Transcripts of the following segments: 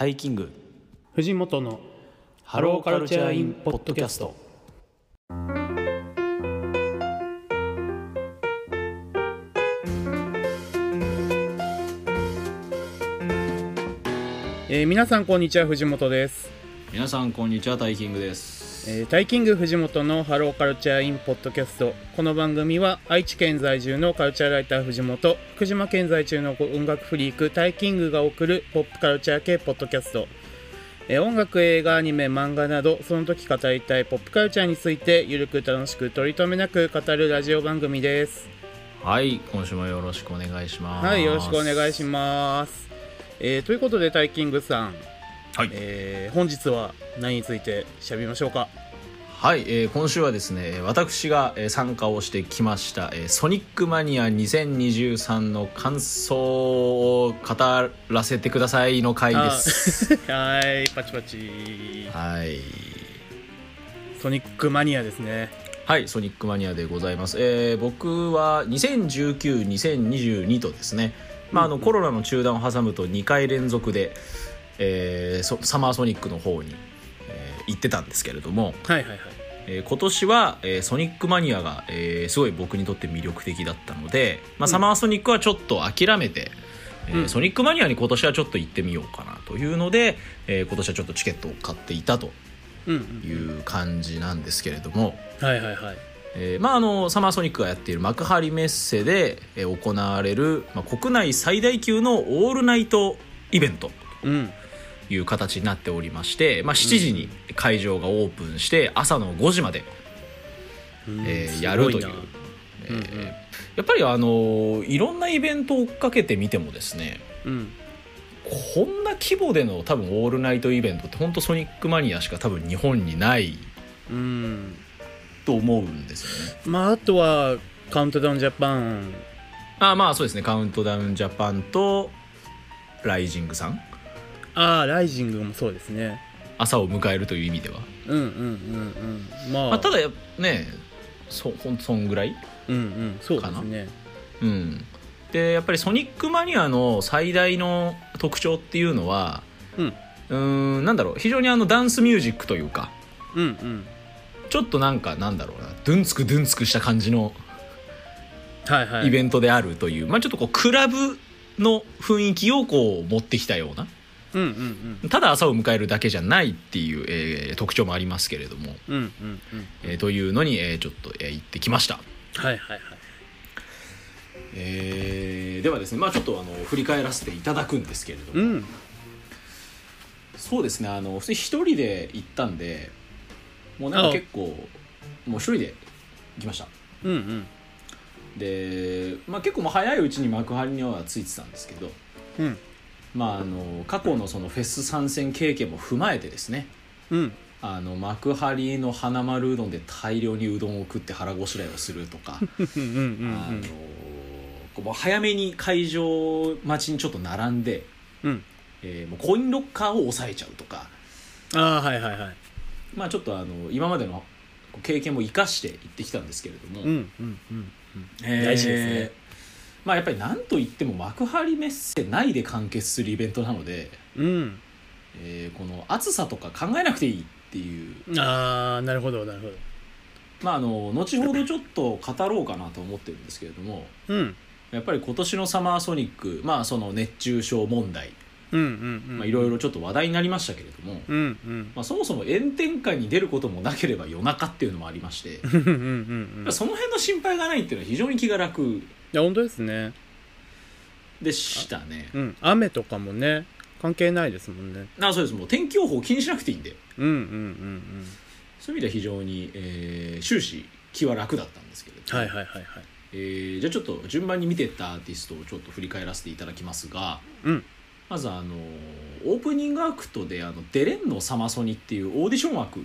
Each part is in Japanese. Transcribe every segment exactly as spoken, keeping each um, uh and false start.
タイキング藤本のハローカルチャーインポッドキャスト。 えー、皆さんこんにちは、藤本です。 皆さんこんにちは、タイキングです。 えー、タイキング藤本のハローカルチャーインポッドキャスト。この番組は愛知県在住のカルチャーライター藤本、福島県在住の音楽フリークタイキングが送るポップカルチャー系ポッドキャスト。えー、音楽、映画、アニメ、漫画などその時語りたいポップカルチャーについてゆるく楽しく取り留めなく語るラジオ番組です。 はい、今週もよろしくお願いします。 はい、よろしくお願いします。えー、ということでタイキングさん、 はい、 えー、本日は何についてしゃべりましょうか。 はい、えー、今週はですね、私が参加をしてきました、えー、ソニックマニアにせんにじゅうさんの感想を語らせてくださいの回です。 はいパチパチ。 はい、 ソニックマニアですね。 はい、ソニックマニアでございます。えー、僕はにせんじゅうきゅう、にせんにじゅうにとですね、まあ、あのコロナの中断を挟むとにかい連続で、えー、サマーソニックの方に、えー、行ってたんですけれども、 はいはいはい、 えー、今年は、えー、ソニックマニアが、えー、すごい僕にとって魅力的だったので、まあ、サマーソニックはちょっと諦めて、うんえー、ソニックマニアに今年はちょっと行ってみようかなというので、えー、今年はちょっとチケットを買っていたという感じなんですけれども、 はいはいはい、 えーまあ、あのサマーソニックがやっている幕張メッセで、えー、行われる、まあ、国内最大級のオールナイトイベントという形になっておりまして、まあ、しちじに会場がオープンして朝のごじまで、うんえー、やるという、えーうんうん、やっぱりあのいろんなイベントを追っかけてみてもですね、うん、こんな規模での多分オールナイトイベントって本当ソニックマニアしか多分日本にない、うんと思うんですよね。 まああとはカウントダウンジャパン、 あまあそうですね、カウントダウンジャパンとライジングさん、 ああライジングもそうですね、 朝を迎えるという意味では、うんうんうんうんまあ、まあただねそほんそんぐらいかな、うんうんそうですね、うん、でやっぱりソニックマニアの最大の特徴っていうのは、うん、うーんなんだろう、非常にあのダンスミュージックというか、うんうんちょっとなんかなんだろうな、ドゥンツクドゥンツクした感じのイベントであるという、はいはい、まあ、ちょっとこうクラブの雰囲気をこう持ってきたような、うんうんうん、ただ朝を迎えるだけじゃないっていう、えー、特徴もありますけれども、うんうんうんえー、というのに、えー、ちょっと、えー、行ってきました。はいはいはい、えー、ではですね、まあ、ちょっとあの振り返らせていただくんですけれども、うん、そうですね、あの普通に一人で行ったんでもうなんか結構もう一人で行きました。うんうんで、まあ、結構もう早いうちに幕張にはついてたんですけど、うんまあ、あの過去のそのフェス参戦経験も踏まえてですね、うん、あの幕張の花丸うどんで大量にうどんを食って腹ごしらえをするとかうんうん、うん、あのこう早めに会場待ちにちょっと並んで、うんえー、もうコインロッカーを押さえちゃうとか、あはいはいはいまあ、ちょっとあの今までの経験も生かして行ってきたんですけれども、うんうんうんうんえー、大事ですね。まあ、やっぱり何といっても幕張メッセ内で完結するイベントなので、うんえー、この暑さとか考えなくていいっていう。ああなるほどなるほど。まああの後ほどちょっと語ろうかなと思ってるんですけれども、うん、やっぱり今年のサマーソニック、まあその熱中症問題いろいろちょっと話題になりましたけれども、うんうんまあ、そもそも炎天下に出ることもなければ夜中っていうのもありましてうんうん、うん、その辺の心配がないっていうのは非常に気が楽。いや本当ですねでしたね、うん、雨とかもね関係ないですもんね。あそうです、もう天気予報気にしなくていいんで、うんうんうんうん、そういう意味では非常に、えー、終始気は楽だったんですけれども、はいはいはいはいえー、じゃあちょっと順番に見ていったアーティストをちょっと振り返らせていただきますが、うんまずあのオープニングアクトであのデレンのサマソニっていうオーディション枠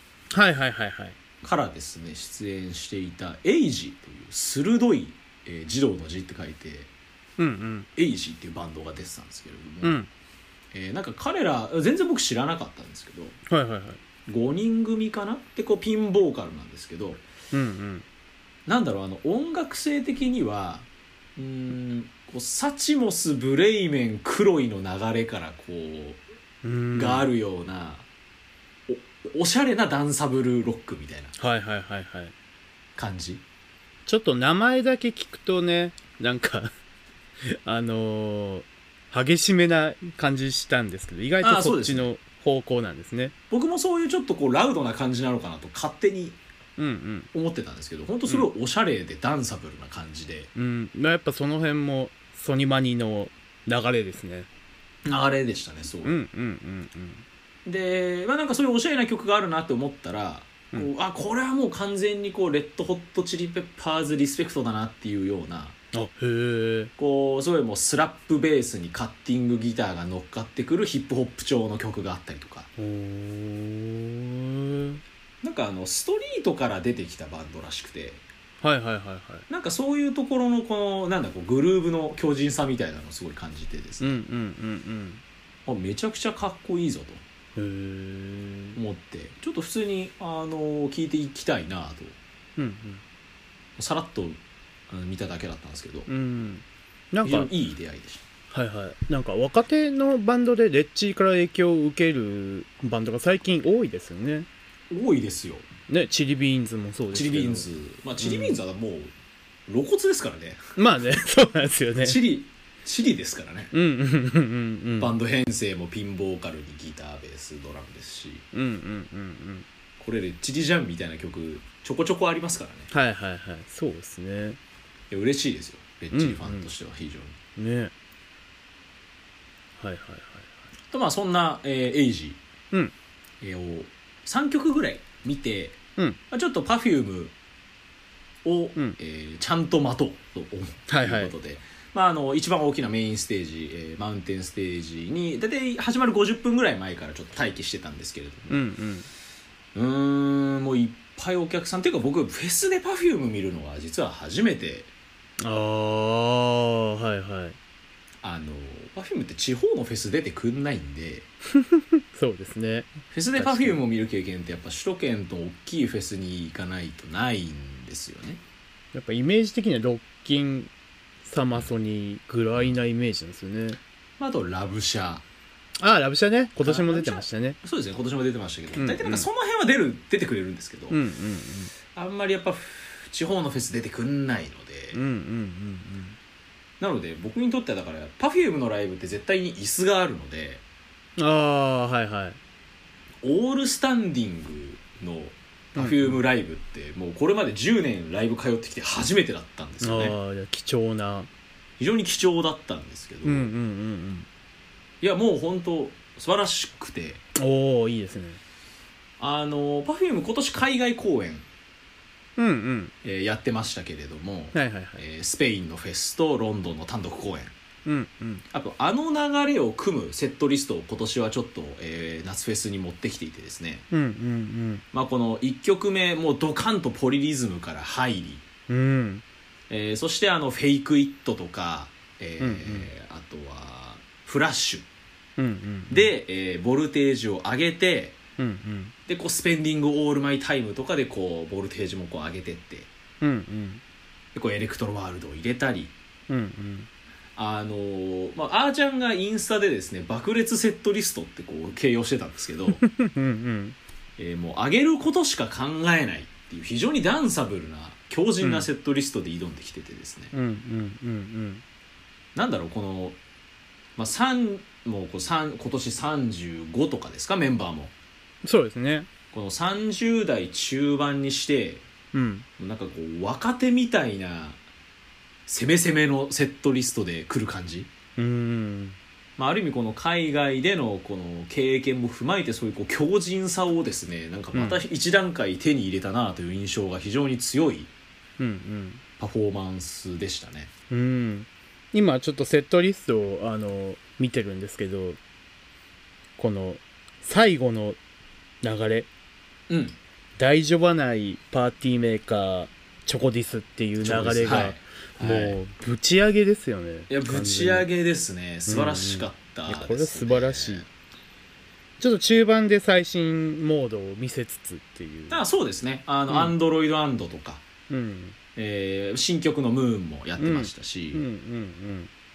からですね出演していたエイジという鋭い、えー、児童の字って書いて、うんうん、エイジっていうバンドが出てたんですけれども、うんえー、なんか彼ら全然僕知らなかったんですけど、はいはいはい、ごにん組かなってこうピンボーカルなんですけど、うんうん、なんだろうあの音楽性的にはうーんこうサチモスブレイメンクロイの流れからこうがあるような、お, おしゃれなダンサブルロックみたいなはいはいはいはい感じ。 ちょっと名前だけ聞くとね、なんかあのー、激しめな感じしたんですけど、意外とそっちの方向なんですね。 僕もそういうちょっとこうラウドな感じなのかなと勝手に思ってたんですけど、 うんうん、本当それをおしゃれでダンサブルな感じで、 うん、まあ、やっぱその辺もソニマニの流れですね。 流れでしたね。そう、 うんうんうんうん、で、まあ、なんかそういうおしゃれな曲があるなって思ったら、うん、こうあこれはもう完全にこうレッドホットチリペッパーズリスペクトだなっていうような、 あ、へえ、 こうすごいもうスラップベースにカッティングギターが乗っかってくるヒップホップ調の曲があったりとか、 おー、 なんかあのストリートから出てきたバンドらしくて、 はいはいはいはい、 なんかそういうところのこのなんだこうグルーヴの強靭さみたいなのをすごい感じてですね、 うんうんうんうん、あめちゃくちゃかっこいいぞとへー思ってちょっと普通にあの聞いていきたいなと、 うんうん、 さらっと見ただけだったんですけど、 うん、なんか非常にいい出会いでした。 はいはい、なんか若手のバンドでレッチーから影響を受けるバンドが最近多いですよね。 多いですよね、チリビーンズもそうですけど、 チリビーンズ、まあ、チリビーンズはもう露骨ですからね、 うん、まあねそうなんですよね。 チリチリですからね、 うんうんうんうんうん、 バンド編成もピンボーカルにギターベースドラムですし、 うんうんうんうんこれレッチリジャンみたいな曲ちょこちょこありますからね。 はいはいはい、そうですね。 いや嬉しいですよレッチリファンとしては非常に、 うんうん、ね、はいはいはいはい。 とまあそんな、えー、エイジ、 うんえー、をさんきょくぐらい見て、 うんまあ、ちょっと Perfume を、 うんえー、ちゃんと待とうと思うということで、はいはい、まあ、あの一番大きなメインステージ、えー、マウンテンステージに大体始まるごじゅっぷんぐらい前からちょっと待機してたんですけれども、 うんうん、うーんもういっぱいお客さんっていうか僕フェスで Perfume 見るのは実は初めて。 ああはいはい、 あの Perfume って地方のフェス出てくんないんでそうですね、 フェスで Perfume を見る経験ってやっぱ首都圏と大きいフェスに行かないとないんですよね。 やっぱイメージ的にはロッキンサマソニーぐらいなイメージなんですよね。 あとラブシャー、 ああラブシャーね、今年も出てましたね。 そうですね、今年も出てましたけど、 うんうん、 大体なんかその辺は出る出てくれるんですけど、 うんうんうん、 あんまりやっぱ地方のフェス出てくんないので、 うんうんうんうん、 なので僕にとってはだから Perfume のライブって絶対に椅子があるので、 ああはいはい、 オールスタンディングの Perfume ライブってもうこれまでじゅうねんライブ通ってきて初めてだったんですよね。 ああ貴重な、 非常に貴重だったんですけど、 うんうんうんうん、 いやもう本当素晴らしくて、 おおいいですね。 あの Perfume 今年海外公演、 うんうんえー、やってましたけれども、 はいはいはい、 えー、スペインのフェスとロンドンの単独公演、 うんうん、 あとあの流れを組むセットリストを今年はちょっと、えー、夏フェスに持ってきていてですね、 うんうんうん、 まあ、このいっきょくめもうドカンとポリリズムから入り、 うんえー、そしてあのフェイクイットとか、えーうんうん、あとはフラッシュ、 うんうんうん、 で、えー、ボルテージを上げて、 うんうん、でこうスペンディングオールマイタイムとかでこうボルテージもこう上げてって、 うんうん、 でこうエレクトロワールドを入れたり、 うんうん、 あのーまあ、あーちゃんがインスタでですね爆裂セットリストってこう形容してたんですけどうん、うんえー、もう上げることしか考えないっていう非常にダンサブルな強靭なセットリストで挑んできててですね、 うんうんうんうん、 なんだろうこの、まあ、さんもうこうさん今年さんじゅうごとかですかメンバーも。 そうですね、 このさんじゅう代中盤にして、うん、なんかこう若手みたいな攻め攻めのセットリストで来る感じ、 うん、 まあ、ある意味この海外でのこの経験も踏まえてそういうこう強靭さをですねなんかまた一段階手に入れたなという印象が非常に強いパフォーマンスでしたね、 うんうん、今ちょっとセットリストをあの見てるんですけどこの最後の流れ、うん、大丈夫ないパーティーメーカーチョコディスっていう流れが、はい、もうぶち上げですよね。 いやぶち上げですね。素晴らしかったですね、 うん、これ素晴らしい。ちょっと中盤で最新モードを見せつつっていう。 あそうですね。あの、うん、アンドロイドアンドとか、うんえー、新曲のムーンもやってましたし、うんうんうんうん、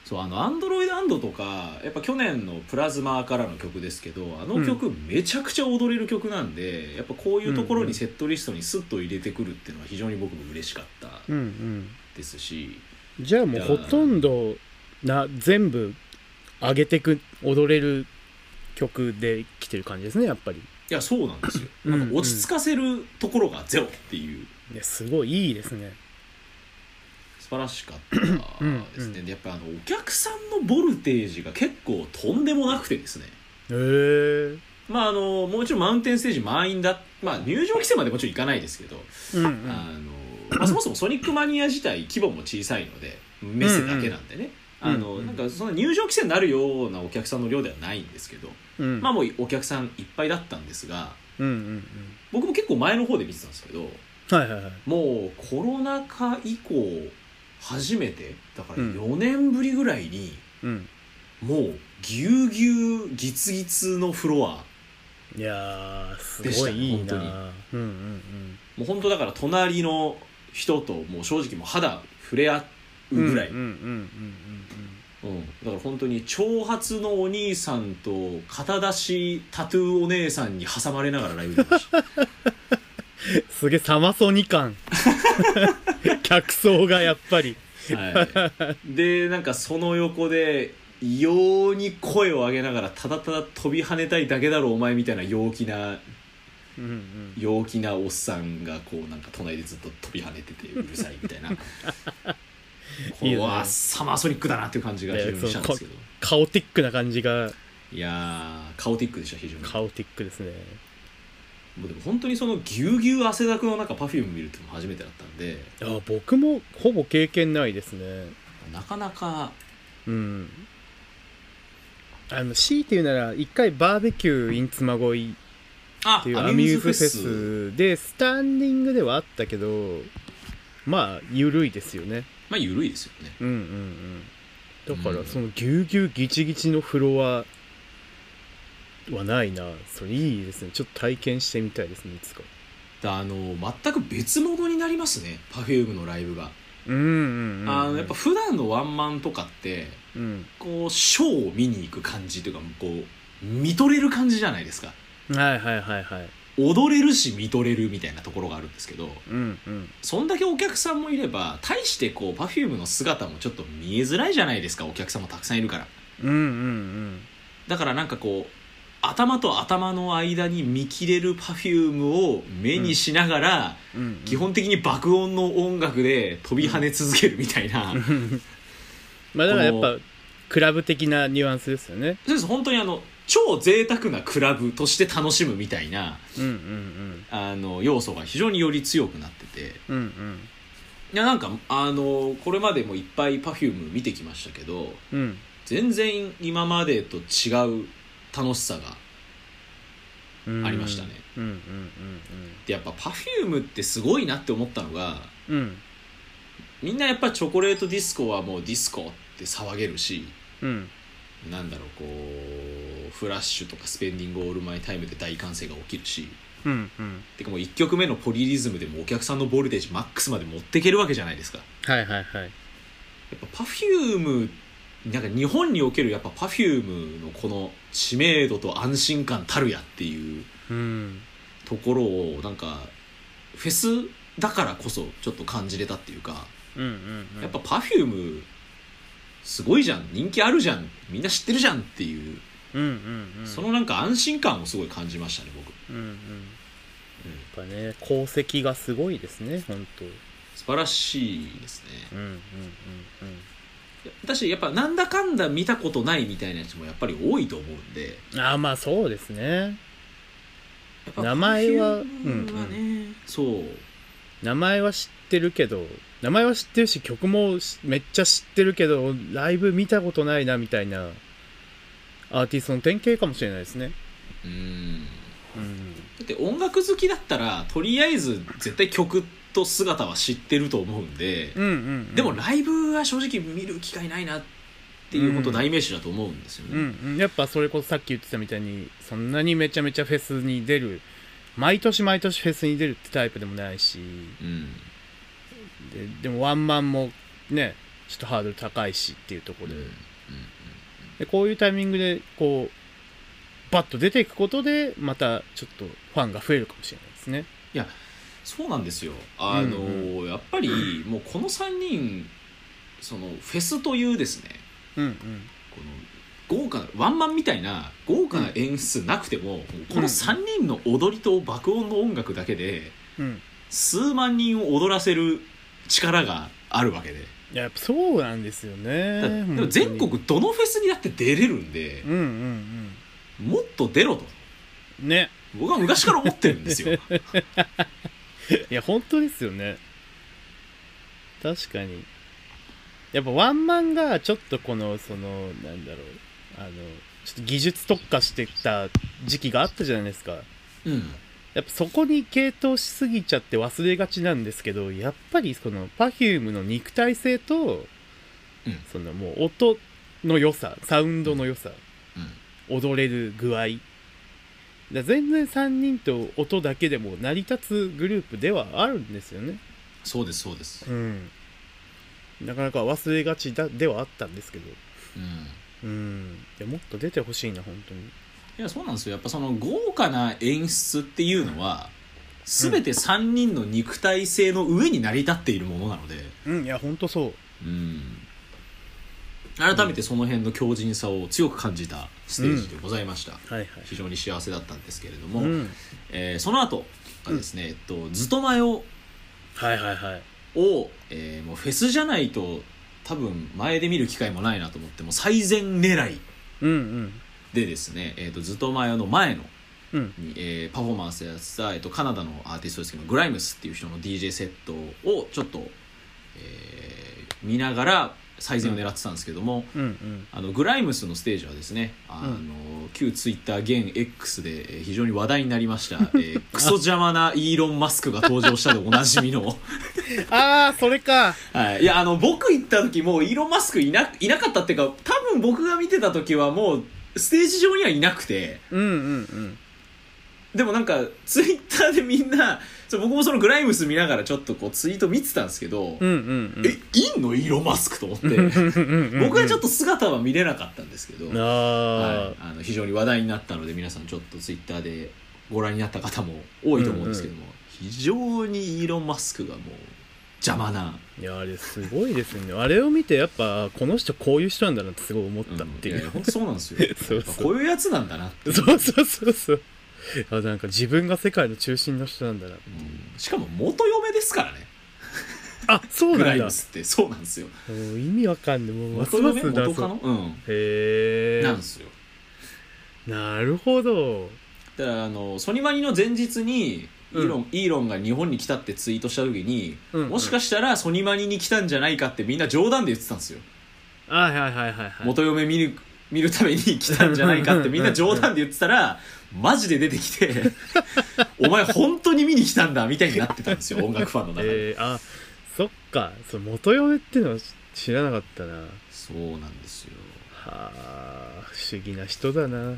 そうあのアンドロイドアンドとかやっぱ去年のプラズマからの曲ですけど、あの曲めちゃくちゃ踊れる曲なんで、うん、やっぱこういうところにセットリストにスッと入れてくるっていうのは非常に僕も嬉しかったですし、 うんうん、じゃあもうほとんどな全部上げてく踊れる曲で来てる感じですねやっぱり。 いやそうなんですよなんか落ち着かせるところがゼロっていう、 うん、いやすごいいいですね。 素晴らしかったですね。うんうん、でやっぱあのお客さんのボルテージが結構とんでもなくてですね。 へー。 まああのもちろんマウンテンステージ満員だ、まあ入場規制までもちろんいかないですけど、うんうん、あのまあ、そもそもソニックマニア自体規模も小さいのでメッセだけなんでね、うんうん、あのなんかその入場規制になるようなお客さんの量ではないんですけど、うん、まあもうお客さんいっぱいだったんですが、うんうんうん、僕も結構前の方で見てたんですけど、 はいはいはい、 もうコロナ禍以降初めてだからよねんぶりぐらいに、うん、もうぎゅうぎゅうギツギツのフロアいやーすごいいいな、本当に、うんうんうん、 もう本当だから隣の人ともう正直もう肌触れ合うぐらい、だから本当に長髪のお兄さんと肩出しタトゥーお姉さんに挟まれながらライブ出ましたすげえサマソニ感客層がやっぱり、 はい、でなんかその横で異様に声を上げながらただただ飛び跳ねたいだけだろお前みたいな陽気な、うんうん、陽気なおっさんがこうなんか隣でずっと飛び跳ねててうるさいみたいなこれはサマーソニックだなっていう感じが非常にしたんですけど、 カオティックな感じがいやーカオティックでした非常にカオティックですね。 もうでも本当にそのぎゅうぎゅう汗だくの中パフューム見るっていうのも初めてだったんで、 あ僕もほぼ経験ないですね。 なかなかうんあの強いて言うなら一回バーベキュー in 妻恋っていうアミューズフェスでスタンディングではあったけどまあ緩いですよね。 まあ緩いですよね。 うんうんうんだからそのぎゅうぎゅうギチギチのフロアはないな。それいいですね。ちょっと体験してみたいですねいつか。 あの全く別物になりますね Perfume のライブが。 うんうんうんうん、 あのやっぱ普段のワンマンとかって、うん、こうショーを見に行く感じというかこう見とれる感じじゃないですか。 はいはいはいはい踊れるし見とれるみたいなところがあるんですけど、 うんうん、 そんだけお客さんもいれば大してこう Perfume の姿もちょっと見えづらいじゃないですかお客さんもたくさんいるから、 うんうんうん、 だからなんかこう頭と頭の間に見切れる Perfume を目にしながら、うんうんうん、基本的に爆音の音楽で飛び跳ね続けるみたいな、うん、 まあだからやっぱクラブ的なニュアンスですよね。 そうです本当にあの超贅沢なクラブとして楽しむみたいな、 うんうんうん、 あの要素が非常により強くなってて、 うんうん、 いやなんかあのこれまでもいっぱい Perfume 見てきましたけど、 うん、 全然今までと違う楽しさがありましたね。 うんうんうんうん、 でやっぱ Perfume ってすごいなって思ったのが、 うん、 みんなやっぱチョコレートディスコはもうディスコって騒げるし、 うん、 なんだろうこうフラッシュとかスペンディングオールマイタイムで大歓声が起きるし、 うんうん、 てかもういっきょくめのポリリズムでもお客さんのボルテージマックスまで持っていけるわけじゃないですか。 はいはいはい。 やっぱ Perfumeなんか日本におけるやっぱ Perfume のこの知名度と安心感たるやっていうところをなんかフェスだからこそちょっと感じれたっていうか、 うんうんうん、 やっぱ Perfume すごいじゃん人気あるじゃんみんな知ってるじゃんっていう、 うんうんうん、 そのなんか安心感をすごい感じましたね僕。 うんうん、やっぱね功績がすごいですね本当。 素晴らしいですね。 うんうんうんうん私やっぱなんだかんだ見たことないみたいなやつもやっぱり多いと思うんで。 ああまあそうですね。名前は、うんうん、 そう名前は知ってるけど名前は知ってるし曲もめっちゃ知ってるけどライブ見たことないなみたいなアーティストの典型かもしれないですね。 うーん、うん、だって音楽好きだったらとりあえず絶対曲と姿は知ってると思うんで、 うんうんうん、 でもライブは正直見る機会ないなっていうこと代名詞だと思うんですよね、 うんうん、やっぱそれこそさっき言ってたみたいにそんなにめちゃめちゃフェスに出る毎年毎年フェスに出るってタイプでもないし、 うん、 で, でもワンマンもねちょっとハードル高いしっていうところで、 うんうんでこういうタイミングでこうバッと出ていくことでまたちょっとファンが増えるかもしれないですね。 いやそうなんですよ。あの、うんうん、やっぱりもうこのさんにんそのフェスというですね、 うんうん、 この豪華なワンマンみたいな豪華な演出なくても、うん、このさんにんの踊りと爆音の音楽だけで、うん、数万人を踊らせる力があるわけで、 いややっぱそうなんですよね。 でも全国どのフェスにだって出れるんで、 うんうんうん、もっと出ろとね僕は昔から思ってるんですよいや本当ですよね。確かにやっぱワンマンがちょっとこのそのなんだろうあのちょっと技術特化してきた時期があったじゃないですか。 うん。 やっぱそこに傾倒しすぎちゃって忘れがちなんですけど、やっぱりその Perfume の肉体性と、うん、そのもう音の良さ、サウンドの良さ、うん、踊れる具合だ全然さんにんと音だけでも成り立つグループではあるんですよね。 そうですそうです、 うん、なかなか忘れがちだではあったんですけど、 うん、 うん、いやもっと出てほしいな本当に。 いやそうなんですよ。やっぱその豪華な演出っていうのは全てさんにんの肉体性の上に成り立っているものなので、 うん、いや本当そう、 うん、改めてその辺の強靭さを強く感じたステージでございました、 うんはいはい、 非常に幸せだったんですけれども、 うんえー、その後がですね、うんえっと、ずとまよはいはいはいを、えー、もうフェスじゃないと多分前で見る機会もないなと思っても最善狙い、 うんうんでですね、えー、とずとまよの前のに、 うんえー、パフォーマンスやってた、えー、とカナダのアーティストですけどグライムスっていう人の ディージェー セットをちょっと、えー、見ながら最善を狙ってたんですけども、 うんうん、 あのグライムスのステージはですねあの、うん、旧ツイッター現 X で非常に話題になりました、えー、クソ邪魔なイーロン・マスクが登場したでおなじみのあーそれか、 はい、いやあの僕行った時もうイーロン・マスクい な, いなかったっていうか多分僕が見てた時はもうステージ上にはいなくて、 うんうんうん、 でもなんかツイッターでみんな僕もそのグライムス見ながらちょっとこうツイート見てたんですけど、 うんうんうん、 えいんのイーロン・マスクと思って僕はちょっと姿は見れなかったんですけど、 あ、 はい、あの非常に話題になったので皆さんちょっとツイッターでご覧になった方も多いと思うんですけども、うんうん、非常にイーロン・マスクがもう邪魔な。 いやあれすごいですね。あれを見てやっぱこの人こういう人なんだなってすごい思ったっていう、うん、いや本当そうなんですよそうそうこういうやつなんだなってそうそうそうそうあなんか自分が世界の中心の人なんだなって、 うん、しかも元嫁ですからねあそうなんだ。 グライムスってそうなんですよ。 もう意味わかんないもう元嫁元カノ、うん、 へえなんですよ。 なるほど。 だからあのソニマニの前日にイーロン、うん、イーロンが日本に来たってツイートした時に、うんうん、もしかしたらソニマニに来たんじゃないかってみんな冗談で言ってたんですよ。 はいはいはいはい、はい、 元嫁見る見るために来たんじゃないかってみんな冗談で言ってたらマジで出てきてお前本当に見に来たんだみたいになってたんですよ音楽ファンの中で、 えー、あそっかその元嫁っていうのは知らなかったな。 そうなんですよ。 はあ不思議な人だな。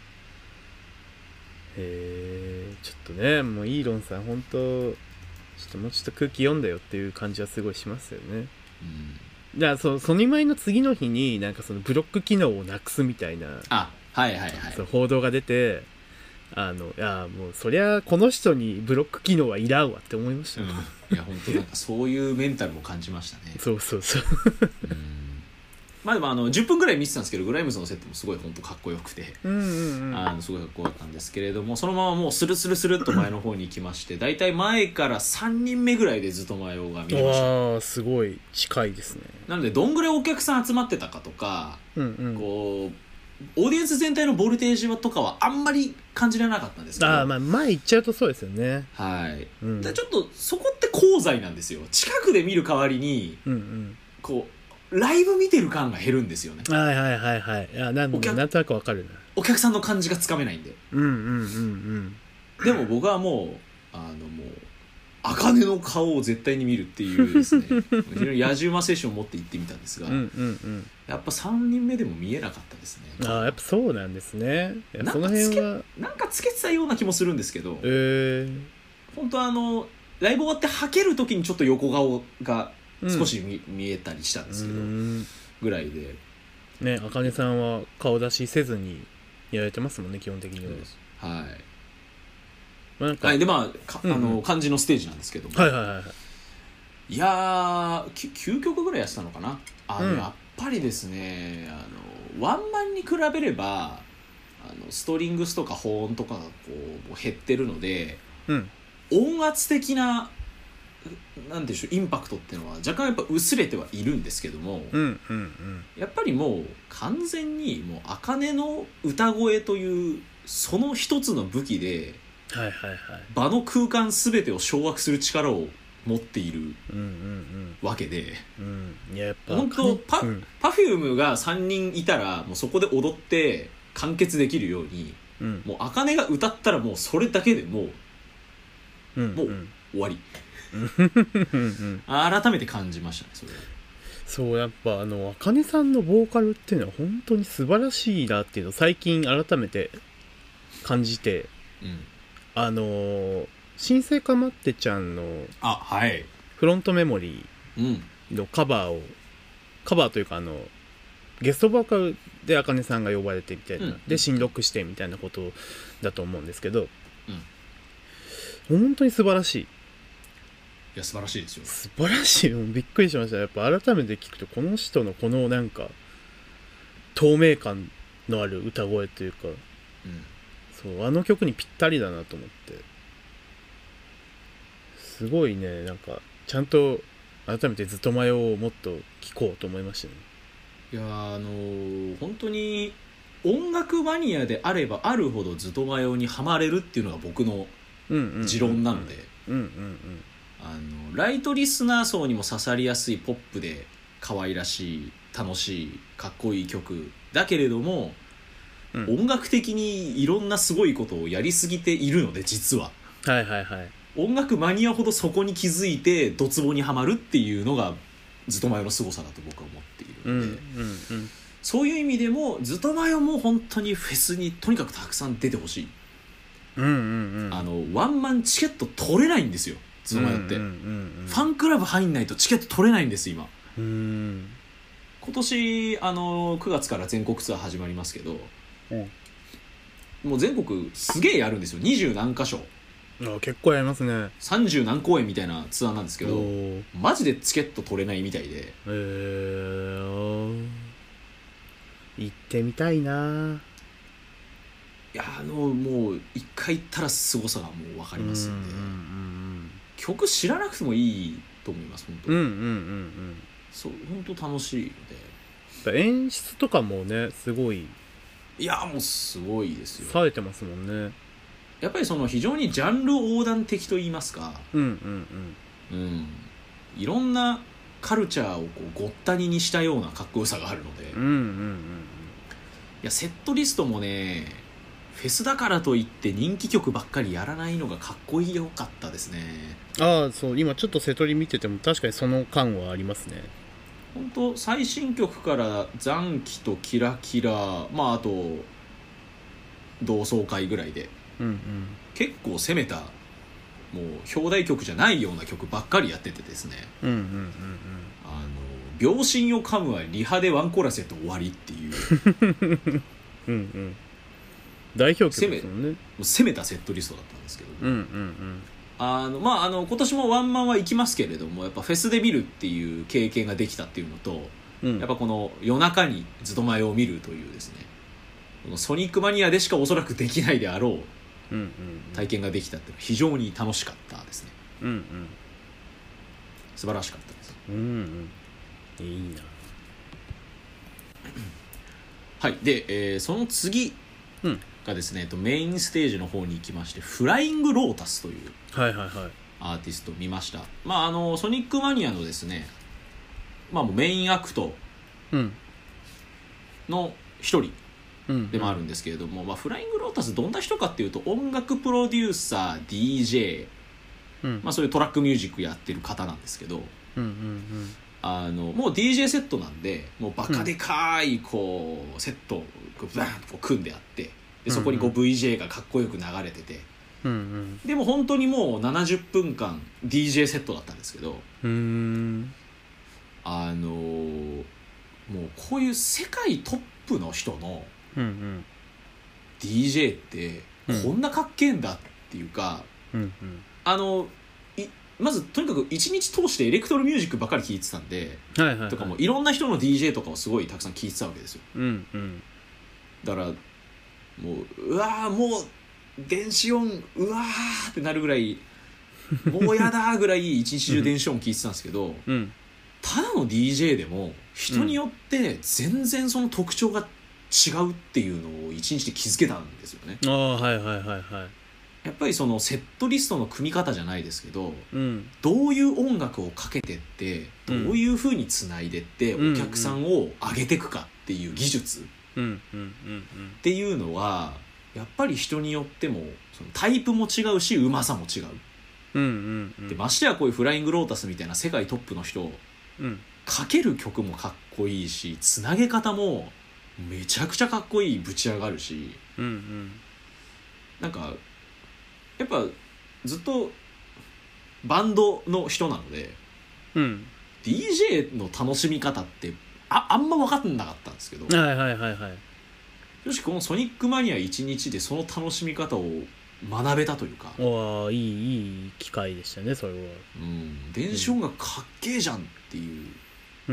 へえちょっとねもうイーロンさん本当ちょっともうちょっと空気読んだよっていう感じはすごいしますよね、 うん、 じゃあそのソニマイの次の日になんかそのブロック機能をなくすみたいなあはいはいはいその報道が出てあのいやもうそりゃこの人にブロック機能はいらんわって思いましたね、 うん、いや本当なんかそういうメンタルも感じましたねそうそうそううんまあでもあのじゅっぷんぐらい見てたんですけどグライムズのセットもすごい本当かっこよくて、 うんうんうん、 あのすごいかっこよかったんですけれどもそのままもうスルスルスルっと前の方に行きましてだいたい前からさんにんめぐらいでずっと前をが見れました。 ああすごい近いですね。 なのでどんぐらいお客さん集まってたかとか、 うんうん、 こうオーディエンス全体のボルテージとかはあんまり感じられなかったんですけどあまあ前行っちゃうとそうですよね。 はい、 うん、 だちょっとそこって功罪なんですよ。近くで見る代わりに、 うんうん、 こうライブ見てる感が減るんですよね。 はいはいはいはいいやなんなんとなくわかるな。 お客さんの感じがつかめないんで。 うんうんうんうんでも僕はもうあのもう茜の顔を絶対に見るっていうですね非常に野獣馬精神を持って行ってみたんですが、 うんうんうん、 やっぱさんにんめでも見えなかったですね。 ああやっぱそうなんですね。その辺はなんかつけてたような気もするんですけど、 えー、 本当あのライブ終わってはける時にちょっと横顔が少し 見,、うん、見えたりしたんですけどぐらいでね。あかねさんは顔出しせずにやられてますもんね基本的には。はい、 まあ、なんか、 はい、でまあ、うんうん、あの漢字のステージなんですけども、 はいはいはい、 いやーききゅうきょくぐらいやってたのかな。あの、うん、やっぱりですね、あのワンマンに比べればあのストリングスとか保音とかがこう減ってるので、 うん、 音圧的ななんでしょうインパクトっていうのは若干やっぱ薄れてはいるんですけども、 うんうんうん、 やっぱりもう完全にもう茜の歌声というその一つの武器で、 はいはいはい、 場の空間全てを掌握する力を持っているわけで、 うんうんうん、いややっぱ本当パ、 うん、 パフュームがさんにんいたらもうそこで踊って完結できるように、うん、もう茜が歌ったらもうそれだけでもう、うんうん、もう終わり改めて感じましたねそれは。 そうやっぱあの茜さんのボーカルっていうのは本当に素晴らしいなっていうのを最近改めて感じて、 うん、 あのー、新生かまってちゃんのあ、はい、 フロントメモリーのカバーを、うん、カバーというかあのゲストボーカルで茜さんが呼ばれてみたいな、うん、で新録してみたいなことだと思うんですけど、うん、本当に素晴らしい。 いや素晴らしいですよ。 素晴らしい。もうびっくりしました。やっぱ改めて聞くとこの人のこのなんか透明感のある歌声というか、うん、そうあの曲にぴったりだなと思って、すごいね。なんかちゃんと改めてずっと前をもっと聴こうと思いましたね。 いやあのー、本当に音楽マニアであればあるほどずっと前にハマれるっていうのが僕の持論なので、あのライトリスナー層にも刺さりやすいポップで可愛らしい楽しいかっこいい曲だけれども、うん、音楽的にいろんなすごいことをやりすぎているので実は、 はいはいはい、 音楽マニアほどそこに気づいてドツボにはまるっていうのがずっと前の凄さだと僕は思っているので、うんうんうん、そういう意味でもずっと前はもう本当にフェスにとにかくたくさん出てほしい、 うんうんうん、 あのワンマンチケット取れないんですよずっと前って、うんうんうんうん、ファンクラブ入んないとチケット取れないんです今。 うん、 今年あのくがつから全国ツアー始まりますけど、うん、もう全国すげえやるんですよ。にじゅう何箇所、 あ結構やりますね。 さんじゅう何公演みたいなツアーなんですけどマジでチケット取れないみたいで、 へー行ってみたいな。 いやあのもう一回行ったら凄さがもう分かりますんで、うんうんうん、曲知らなくてもいいと思います本当に、うんうんうんうん、そう本当楽しいので演出とかもねすごいいやもうすごいですよ。 されてますもんね。 やっぱりその非常にジャンル横断的と言いますか、 うんうんうん、うん、 いろんなカルチャーをこうごったににしたようなかっこよさがあるので、 うんうんうん、いやセットリストもねフェスだからといって人気曲ばっかりやらないのがかっこいいよかったですね。 ああそう今ちょっとセトリ見てても確かにその感はありますね。 本当最新曲から残機とキラキラ、まああと同窓会ぐらいで、 うんうん、 結構攻めたもう表題曲じゃないような曲ばっかりやっててですね、 うんうんうんうん、 あの秒針を噛むはリハでワンコーラスやって終わりっていううん、うん、代表曲ですもんね。 もう攻めたセットリストだったんですけど、 うんうんうん、 あのまああの今年もワンマンは行きますけれどもやっぱフェスで見るっていう経験ができたっていうのと、うん、やっぱこの夜中にずっと前を見るというですねこのソニックマニアでしかおそらくできないであろう体験ができたっていうのは非常に楽しかったですね、 うんうん、 素晴らしかったです、 うんうん、いいなはいで、えー、その次がですね、うん、メインステージの方に行きましてフライングロータスというアーティストを見ました、まあ、あのソニックマニアのですね、まあ、もうメインアクトの一人でもあるんですけれども、うんうんまあ、フライングロータスどんな人かっていうと音楽プロデューサー ディージェー、うんまあ、そういうトラックミュージックやってる方なんですけど、 うんうんうんあのもう ディージェー セットなんでもうバカでかいこうセットをバーンとこう組んであってでそこにこう ブイジェー がかっこよく流れてて、 うんうん、 でも本当にもうななじゅっぷんかん ディージェー セットだったんですけどうーんあのー、もうこういう世界トップの人の ディージェー ってこんなかっけえんだっていうか、 うんうん、 あのいまずとにかく一日通してエレクトロミュージックばっかり聴いてたんで、 はいはいはい、 とかもいろんな人の ディージェー とかをすごいたくさん聴いてたわけですよ、 うんうん、 だからもううわーもう電子音うわーってなるぐらいもうやだーぐらい一日中電子音聴いてたんですけど、 うん、 ただの ディージェー でも人によって全然その特徴が違うっていうのを一日で気づけたんですよね。 ああはいはいはいはい。 やっぱりそのセットリストの組み方じゃないですけど、 うん、 どういう音楽をかけてってどういう風につないでってお客さんを上げていくかっていう技術っていうのはやっぱり人によってもそのタイプも違うしうまさも違う、 うんうんうん、 でましてやこういうフライングロータスみたいな世界トップの人、うん、かける曲もかっこいいしつなげ方もめちゃくちゃかっこいいぶち上がるし、 うんうん、 なんかやっぱずっとバンドの人なので、うん、ディージェー の楽しみ方って あ, あんま分かんなかったんですけど、 はいはいはいはい、 正直このソニックマニアいちにちでその楽しみ方を学べたというか、 おいいいい機会でしたねそれは、 うん、電子音楽かっけえじゃんっていう、うん、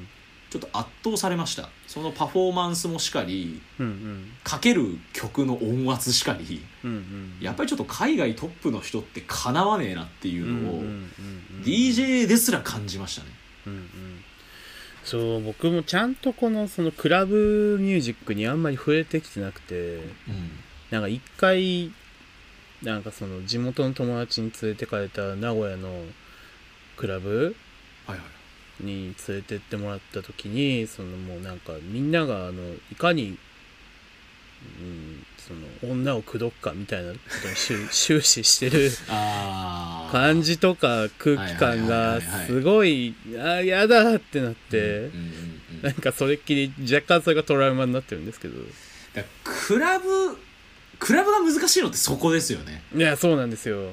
ちょっと圧倒されました。そのパフォーマンスもしかり、うんうん、かける曲の音圧しかり、うんうん、やっぱりちょっと海外トップの人ってかなわねえなっていうのを ディージェー ですら感じましたね、うんうん、 そう僕もちゃんとこのそのクラブミュージックにあんまり触れてきてなくて、うん、なんか一回なんかその地元の友達に連れてかれた名古屋のクラブ、はいはいに連れてってもらった時にそのもうなんかみんながあのいかに、うん、その女を口説くかみたいなことに終始してる感じとか空気感がすごいあやだってなって、なんかそれっきり若干それがトラウマになってるんですけど、 だクラブクラブが難しいのってそこですよね。 いやそうなんですよ。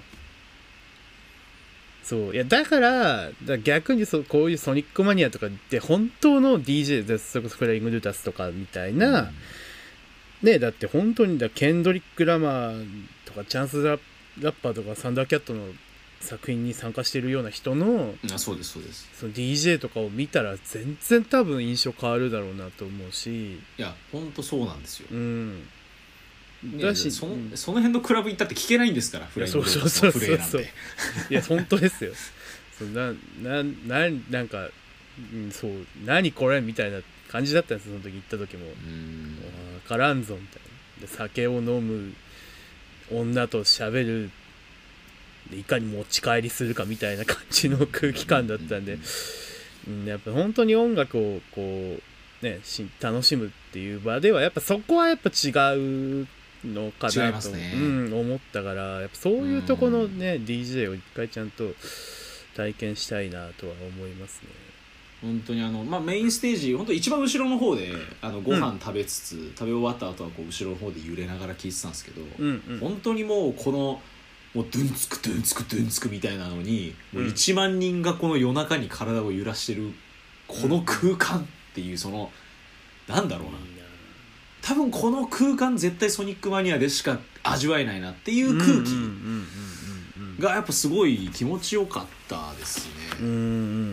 そういやだからだ逆にそこういうソニックマニアとかって本当の ディージェー それこそフライングルータスとかみたいな、うん、ねだって本当にだケンドリック・ラマーとかチャンスラ・ラッパーとかサンダーキャットの作品に参加してるような人のあそうですそうですその ディージェー とかを見たら全然多分印象変わるだろうなと思うし、 いや本当そうなんですよ、うんだしその、うん、その辺のクラブ行ったって聞けないんですからフライングロータスのプレイなんていや本当ですよそうななななんか、うん、そう何これみたいな感じだったんですその時行った時もうん分からんぞみたいなで酒を飲む女と喋るでいかに持ち帰りするかみたいな感じの空気感だったんで、うん、やっぱ本当に音楽をこうねし楽しむっていう場ではやっぱそこはやっぱ違うのかなと、ねうん、思ったからやっぱそういうとこのね、うん、ディージェー を一回ちゃんと体験したいなとは思いますね。 本当にあの、まあ、メインステージ本当一番後ろの方であのご飯食べつつ、うん、食べ終わった後はこう後ろの方で揺れながら聴いてたんですけど、うんうん、本当にもうこのもうドゥンツクドゥンツクドゥンツクみたいなのに、うん、もういちまんにんがこの夜中に体を揺らしてるこの空間っていうそのなんだろうな、多分この空間絶対ソニックマニアでしか味わえないなっていう空気がやっぱすごい気持ちよかったですね。うんうんうん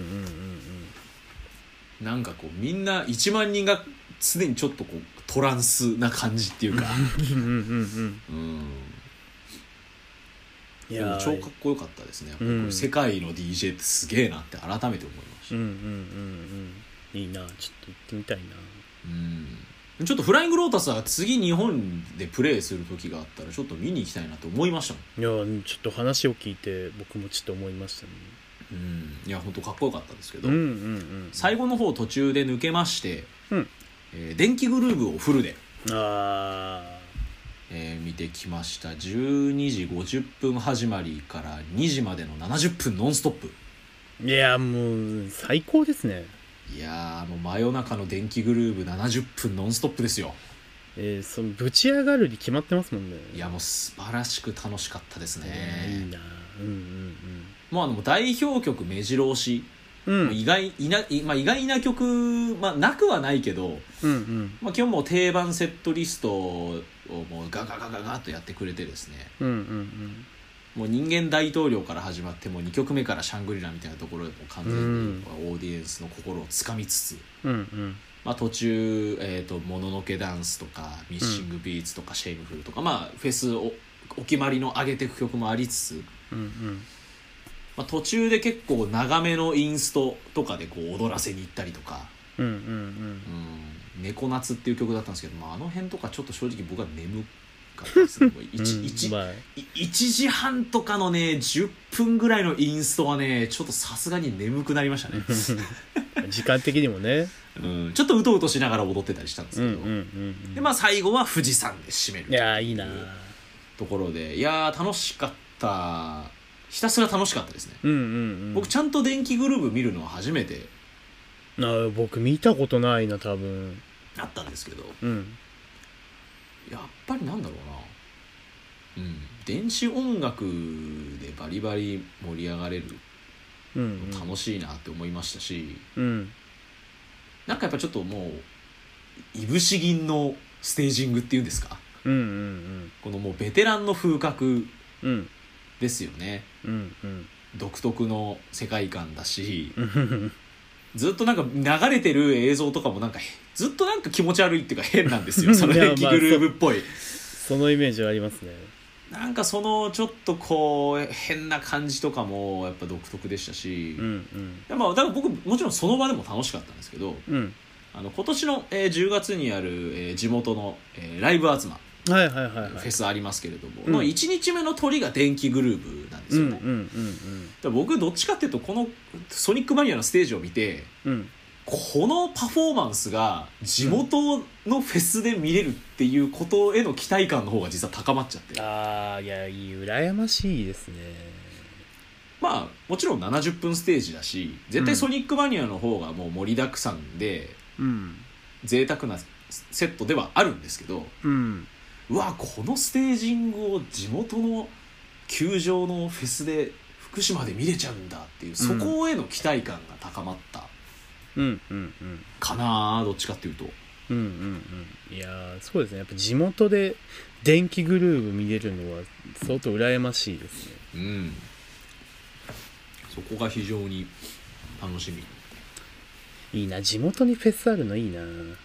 うん、なんかこうみんないちまんにんが常にちょっとこうトランスな感じっていうかうんうん、うん、いや超かっこよかったですね。やっぱり世界の ディージェー ってすげえなって改めて思いました。うんうんうんうん、いいなちょっと行ってみたいな。 うんちょっとフライングロータスは次日本でプレイする時があったらちょっと見に行きたいなと思いましたもん。いやちょっと話を聞いて僕もちょっと思いましたね。 うんいや本当かっこよかったですけど、うんうんうん、最後の方途中で抜けまして、うんえー、電気グルーヴをフルであ、えー、見てきました。じゅうにじごじゅっぷん始まりからにじまでのななじゅっぷんノンストップ。 いやもう最高ですね。 いやーもう真夜中の電気グルーヴななじゅっぷんノンストップですよ。 えー、そのぶち上がるに決まってますもんね。 いやもう素晴らしく楽しかったですね。 いいな、うんうんうん、 もうあの代表曲目白押しうん、 意外いな、まあ、意外な曲、まあ、なくはないけど、 うんうんまあ、基本もう定番セットリストをもうガガガガガッとやってくれてですね、 うんうんうんもう人間大統領から始まってもにきょくめからシャングリラみたいなところでも完全にオーディエンスの心をつかみつつ、 うんうんまあ、途中、えーと、もののけダンスとかミッシングビーツとかシェイムフルとか、まあ、フェスおお決まりの上げていく曲もありつつ、 うんうんまあ、途中で結構長めのインストとかでこう踊らせに行ったりとか、 うんうんうん猫夏っていう曲だったんですけど、まあ、あの辺とかちょっと正直僕は眠かったですね。もう 1, 1, まあ、 いちじはんとかのねじゅっぷんぐらいのインストはねちょっとさすがに眠くなりましたね時間的にもね、 うん、ちょっとうとうとしながら踊ってたりしたんですけど、 うんうんうんうん、 でまあ最後は富士山で締めるいやいいなところで、いや楽しかった、ひたすら楽しかったですね、 うんうんうん、 僕ちゃんと電気グルーヴ見るのは初めてあ、僕見たことないな多分あったんですけど、 うん、 やっぱりなんだろうな、うん、電子音楽でバリバリ盛り上がれるうんうん、 楽しいなって思いましたし、 うん、 なんかやっぱちょっともういぶし銀のステージングっていうんですか、 うんうんうん、 このもうベテランの風格うんですよね、 うんうん、 独特の世界観だしうんずっとなんか流れてる映像とかもなんかずっとなんか気持ち悪いっていうか変なんですよその電気グルーヴっぽい、 そのイメージはありますね。 なんかそのちょっとこう変な感じとかもやっぱ独特でしたし、 うんうんまあ、だから僕もちろんその場でも楽しかったんですけど、 うん、 あの今年の、えー、じゅうがつにある、えー、地元の、えー、ライブアズマはいはいはいはい、 フェスありますけれども、 うん、 のいちにちめの鳥が電気グルーヴなんですよね、 うんうんうんうん、 だから僕どっちかっていうとこのソニックマニアのステージを見て、 うん、 このパフォーマンスが地元のフェスで見れるっていうことへの期待感の方が実は高まっちゃって、 ああいやいい羨ましいですね。 まあもちろんななじゅっぷんステージだし絶対ソニックマニアの方がもう盛りだくさんで、 うん、 贅沢なセットではあるんですけど、 うん、 うわこのステージングを地元の球場のフェスで福島で見れちゃうんだっていう、そこへの期待感が高まったうんうんうん、 かな、どっちかっていうと、 うんうんうん、いやそうですね、やっぱ地元で電気グルーヴ見れるのは相当羨ましいですね。 うん、そこが非常に楽しみ。 いいな、地元にフェスあるのいいな。い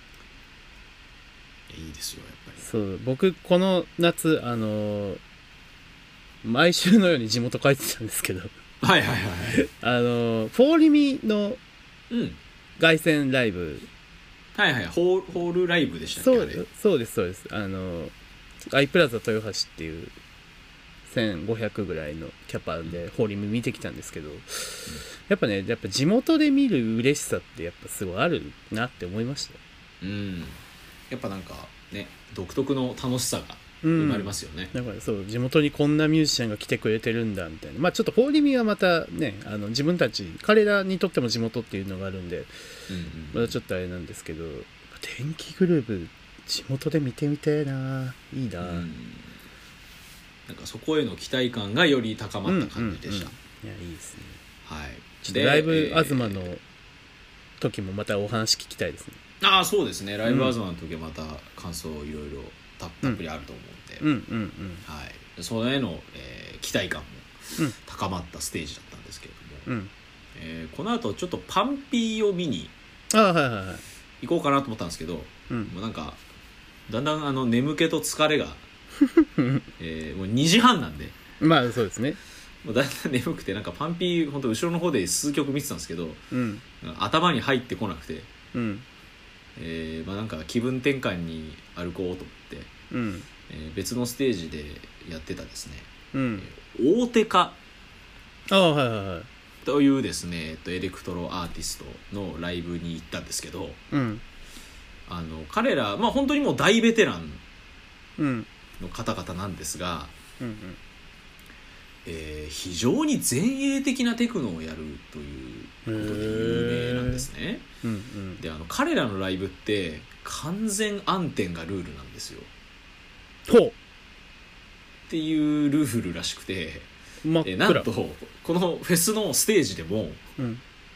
いですよやっぱり。 そう僕この夏あの毎週のように地元帰ってたんですけどはいはいはいあのフォーリミのうん凱旋ライブ、 はいはいホール、ホールライブでしたっけ。 そうですそうですそうですあのアイプラザ豊橋っていうせんごひゃくぐらいのキャパでホーリミ見てきたんですけど、うん、やっぱねやっぱ地元で見る嬉しさってやっぱすごいあるなって思いました。 うんやっぱなんかね独特の楽しさが生まれますよね、 うん、だからそう地元にこんなミュージシャンが来てくれてるんだみたいな、まあちょっとホーリミはまたねあの自分たち彼らにとっても地元っていうのがあるんで、うんうん、またちょっとあれなんですけど電気グルーヴ地元で見てみてえないいな、うん、 なんかそこへの期待感がより高まった感じでした、 うんうんうん、いやいいですね。 はいちょっとライブ東の時もまたお話聞きたいですね。 ああそうですねライブ東の時はまた感想いろいろたっぷりあると思うんで、 うんうんうんはい、それへの、えー、期待感も高まったステージだったんですけれども、うんえー、この後ちょっとパンピーを見に行こうかなと思ったんですけど、うん、もうなんかだんだんあの眠気と疲れが、えー、もうにじはんなんでまあそうですねもうだんだん眠くてなんかパンピー本当後ろの方で数曲見てたんですけど、 うん、 頭に入ってこなくて、 うんえーまあ、なんか気分転換に歩こうと思って、 うんえー、別のステージでやってたですね、 うんえー、大手化ああはいはいはいというですね、えっと、エレクトロアーティストのライブに行ったんですけど、 うん、 あの彼ら、まあ、本当にもう大ベテランの方々なんですが、 うんうんえー、非常に前衛的なテクノをやるということで有名なんですね、 うんうん、であの彼らのライブって完全暗転がルールなんですよほうっていうルールらしくて、 真っ暗えなんとこのフェスのステージでも、 うん、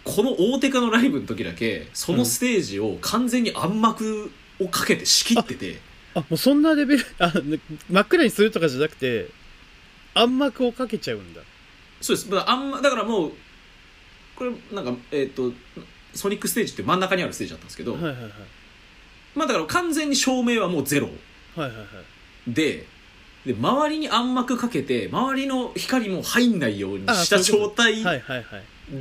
この大手化のライブの時だけそのステージを完全に暗幕をかけて仕切ってて、 あ、もうそんなレベル、あ、真っ暗にするとかじゃなくて暗幕をかけちゃうんだ。 そうです。だから、あんま、だからもうこれなんかえっ、ー、とソニックステージって真ん中にあるステージだったんですけど、 はいはいはい、 まあだから完全に照明はもうゼロ、 はいはいはい、 でで周りに暗幕かけて周りの光も入んないようにした状態で、 はいはいはい、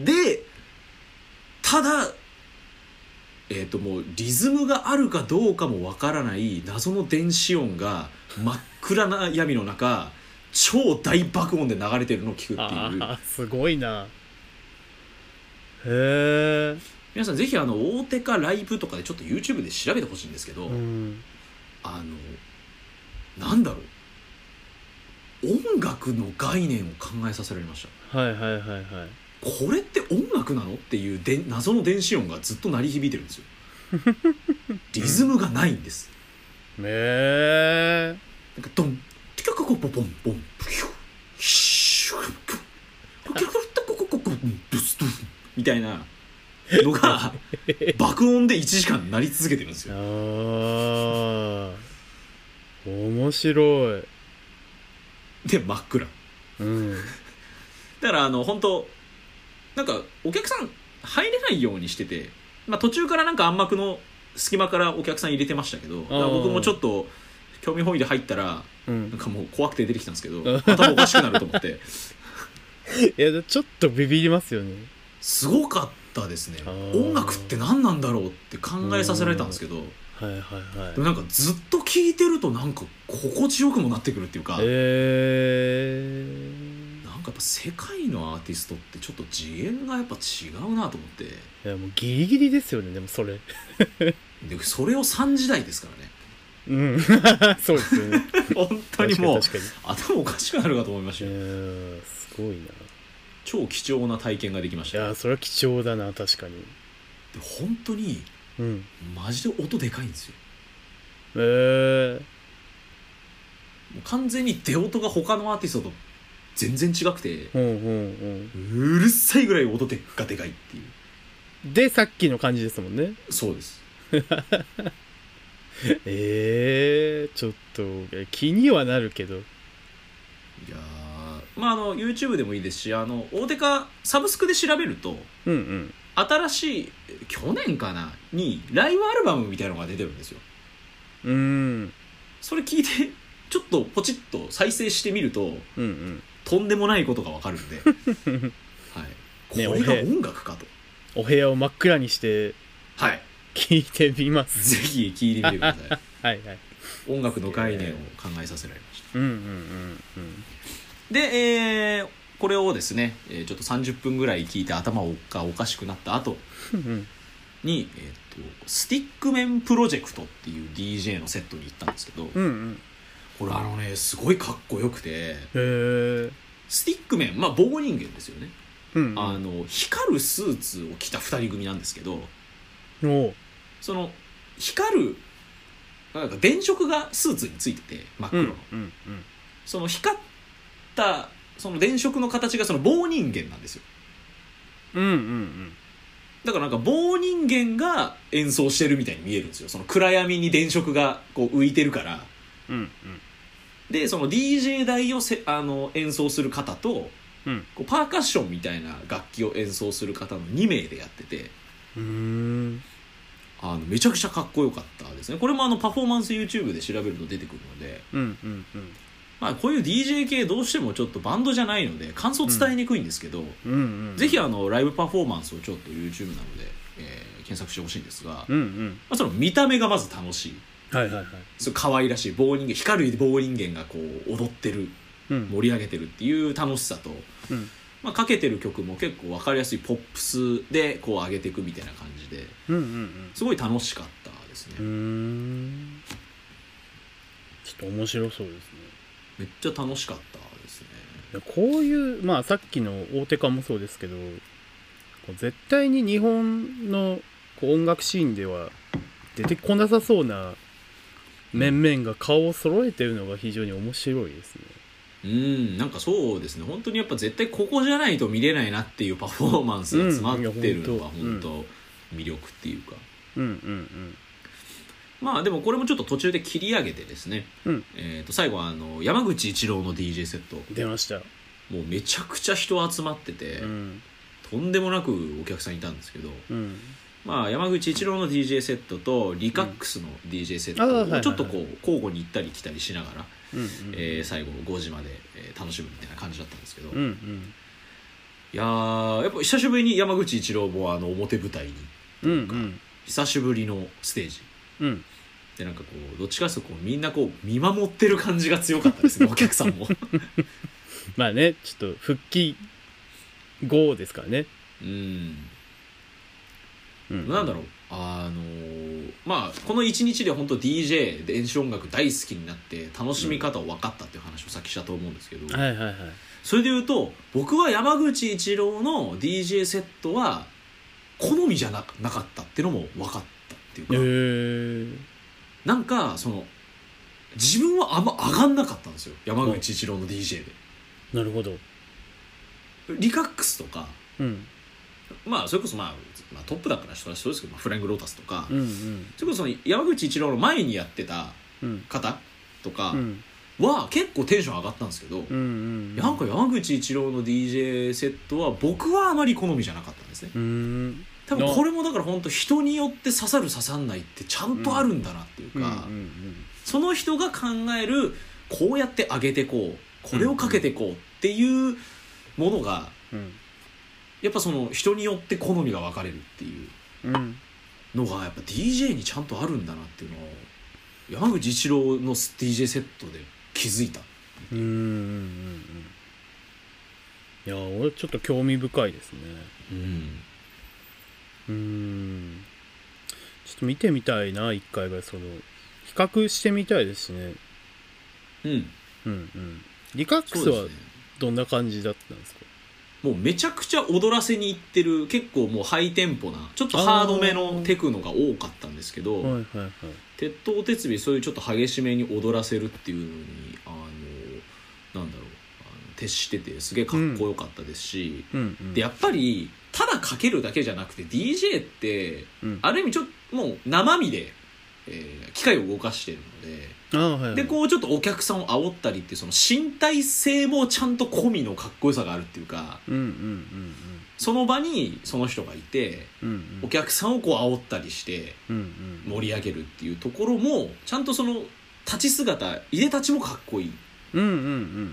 ただえーともうリズムがあるかどうかもわからない謎の電子音が真っ暗な闇の中超大爆音で流れてるのを聞くっていう。 あ、すごいな。へえ。 皆さんぜひあの大手かライブとかでちょっと YouTube で調べてほしいんですけど、 うん、 あのなんだろう、音楽の概念を考えさせられました。 はいはいはいはい。 これって音楽なのっていうで謎の電子音がずっと鳴り響いてるんですよ。リズムがないんです。 へえ。 なんかドンティカココポポンポンプキュシュコキュコココココンブストゥみたいなのが爆音でいちじかん鳴り続けてるんですよ。 ああ、面白い。 で真っ暗、 うん、 だからあの本当なんかお客さん入れないようにしてて、まあ、途中からなんか暗幕の隙間からお客さん入れてましたけど、だから僕もちょっと興味本位で入ったら、うん、なんかもう怖くて出てきたんですけど頭おかしくなると思っていやちょっとビビりますよね。 すごかったですね。音楽って何なんだろうって考えさせられたんですけど、 はいはいはい、 でもなんかずっと聴いてるとなんか心地よくもなってくるっていうか、 えー、 なんかやっぱ世界のアーティストってちょっと次元がやっぱ違うなと思って。いやもうギリギリですよね。でもそれでそれをさんじ台ですからね。 うんそうですよね本当にもう頭おかしくなるかと思いましたよ。 いやすごいな。 超貴重な体験ができました、 ね、いやそれは貴重だな確かに。 で本当に、うん、マジで音でかいんですよ。 へえー、 もう完全に出音が他のアーティストと全然違くて、うんうんうん、うるさいぐらい音がでかいっていう。 でさっきの感じですもんね。 そうですえー、ちょっと気にはなるけど。いやまああの YouTube でもいいですし、あの大手かサブスクで調べると、うんうん、新しい去年かなにライブアルバムみたいなのが出てるんですよ。うん、それ聞いてちょっとポチッと再生してみると、うんうん、とんでもないことがわかるんで、はい、これが音楽かと。 お部屋を真っ暗にしてはい聞いてみます。 ぜひ聞いてみてくださいはいはい。 音楽の概念を考えさせられました。 うんうんうんうん。 で、えー、これをですね、えー、ちょっとさんじゅっぷんぐらい聞いて頭がおかしくなった後に、えー、とスティックメンプロジェクトっていう ディージェー のセットに行ったんですけど、うんうん、これあのねすごいかっこよくて、へー、スティックメン、まあ棒人間ですよね、うんうん、あの光るスーツを着たふたり組なんですけど、おその光るなんか電飾がスーツについてて真っ黒の、うんうんうん、その光ったその電飾の形がその棒人間なんですよ、うんうんうん、だからなんか棒人間が演奏してるみたいに見えるんですよ。その暗闇に電飾がこう浮いてるから、うんうん、でその ディージェー 台をせあの演奏する方と、うん、こうパーカッションみたいな楽器を演奏する方のにめいでやってて、うーんあのめちゃくちゃかっこよかったですね。これもあのパフォーマンス YouTube で調べると出てくるので、うんうんうんまあ、こういう ディージェー 系どうしてもちょっとバンドじゃないので感想伝えにくいんですけど、うんうんうんうん、ぜひあのライブパフォーマンスをちょっと YouTube なので、えー、検索してほしいんですが、うんうんまあ、その見た目がまず楽しい、はいはいはい、そ可愛らしい棒人間光る棒人間がこう踊ってる、うん、盛り上げてるっていう楽しさと、うんまあ、かけてる曲も結構分かりやすいポップスでこう上げていくみたいな感じで、うんうんうん、すごい楽しかったですね。うーんちょっと面白そうですね。 めっちゃ楽しかったですね。 こういうまあさっきの大手化もそうですけど、絶対に日本のこう音楽シーンでは出てこなさそうな面々が顔を揃えてるのが非常に面白いですね。 うんなんかそうですね本当にやっぱ絶対ここじゃないと見れないなっていうパフォーマンスが詰まってるのが本当魅力っていうか、 うんうんうんまあでもこれもちょっと途中で切り上げてですね、 うんえー、と最後はあの山口一郎の ディージェー セット出ました。 もうめちゃくちゃ人集まってて、 うん、 とんでもなくお客さんいたんですけど、 うんまあ、山口一郎の ディージェー セットとリカックスの ディージェー セットをちょっとこう交互に行ったり来たりしながら、 うんうんえー、最後ごじまで楽しむみたいな感じだったんですけど、 うんうん、 いやーやっぱ久しぶりに山口一郎もあの表舞台に、 うんうん、 久しぶりのステージ、 うん、 でなんかこうどっちかというとこうみんなこう見守ってる感じが強かったですねお客さんもまあねちょっと復帰後ですからね。 うんうん、 なんだろうあのー、まあこのいちにちで本当 ディージェー 電子音楽大好きになって楽しみ方を分かったっていう話をさっきしたと思うんですけど、 はいはいはい、 それで言うと僕は山口一郎の ディージェー セットは好みじゃ な, なかったっていうのも分かったっていうか、 へー、 なんかその自分はあんま上がんなかったんですよ山口一郎の ディージェー で。 なるほど。 リカックスとか、 うん、 まあそれこそ、まあ、まあトップだからそれはそうですけど、まあ、フライングロータスとか、 うんうん、 それこそ山口一郎の前にやってた方とかは結構テンション上がったんですけど、 うんうんうん、 なんか山口一郎の ディージェー セットは僕はあまり好みじゃなかったんですね。 うん、 多分これもだから本当人によって刺さる刺さんないってちゃんとあるんだなっていうか、うんうんうんうん、その人が考えるこうやって上げてこうこれをかけてこうっていうものが、うん、やっぱその人によって好みが分かれるっていうのがやっぱ ディージェー にちゃんとあるんだなっていうのを山口一郎の ディージェー セットで気づいた。 うんうんうんうん、いや俺ちょっと興味深いですね。うんうーんちょっと見てみたいな一回ぐらい。その比較してみたいですね。 うんうんうんリカックスはどんな感じだったんですか？ もうめちゃくちゃ踊らせにいってる結構もうハイテンポなちょっとハードめのテクノが多かったんですけど、はいはいはい、鉄頭鉄尾そういうちょっと激しめに踊らせるっていうのにあのなんだろうあの徹しててすげえかっこよかったですし、うんうんうん、でやっぱりただかけるだけじゃなくて ディージェー って、うん、ある意味ちょっともう生身で、えー、機械を動かしてるのであ、はいはい、でこうちょっとお客さんを煽ったりっていうその身体性もちゃんと込みのかっこよさがあるっていうか、うんうんうんうん、その場にその人がいて、うんうん、お客さんをこう煽ったりして盛り上げるっていうところもちゃんとその立ち姿いでたちもかっこいい、うんうんうん、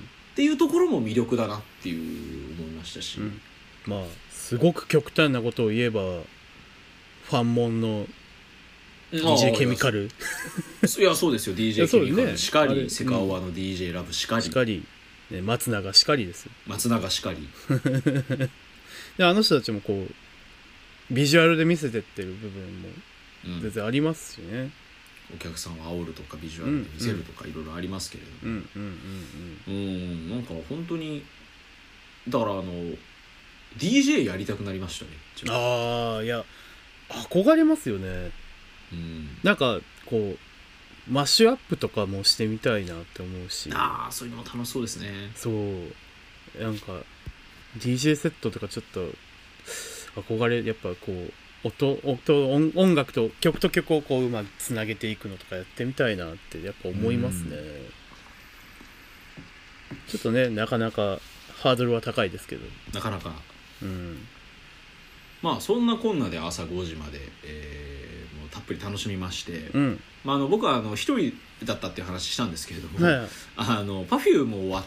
っていうところも魅力だなっていう思いましたし、うん、 まあすごく極端なことを言えばファンモンのディージェー ケミカルいやそうですよ ディージェー ケミカルしかり、ね、セカオワの ディージェー ラブしかり、 しかり、ね、松永しかりです松永しかりであの人たちもこうビジュアルで見せてってる部分も全然ありますしね、うん、 お客さんを煽るとかビジュアルで見せるとかいろいろありますけれども、うんうんうんうん、うんなんか本当にだからあの ディージェー やりたくなりましたね。 ああいや憧れますよね。うん、なんかこうマッシュアップとかもしてみたいなって思うし、 ああそういうのも楽しそうですね。 そうなんか ディージェー セットとかちょっと憧れやっぱこう音音 音, 音楽と曲と曲をこううまくつなげていくのとかやってみたいなってやっぱ思いますね。ちょっとねなかなかハードルは高いですけどなかなか、うん、まあそんなこんなで朝ごじまで、えー、もうたっぷり楽しみまして、うんまあ、あの僕はあの一人だったっていう話したんですけれども、はい、あの Perfume も終わって、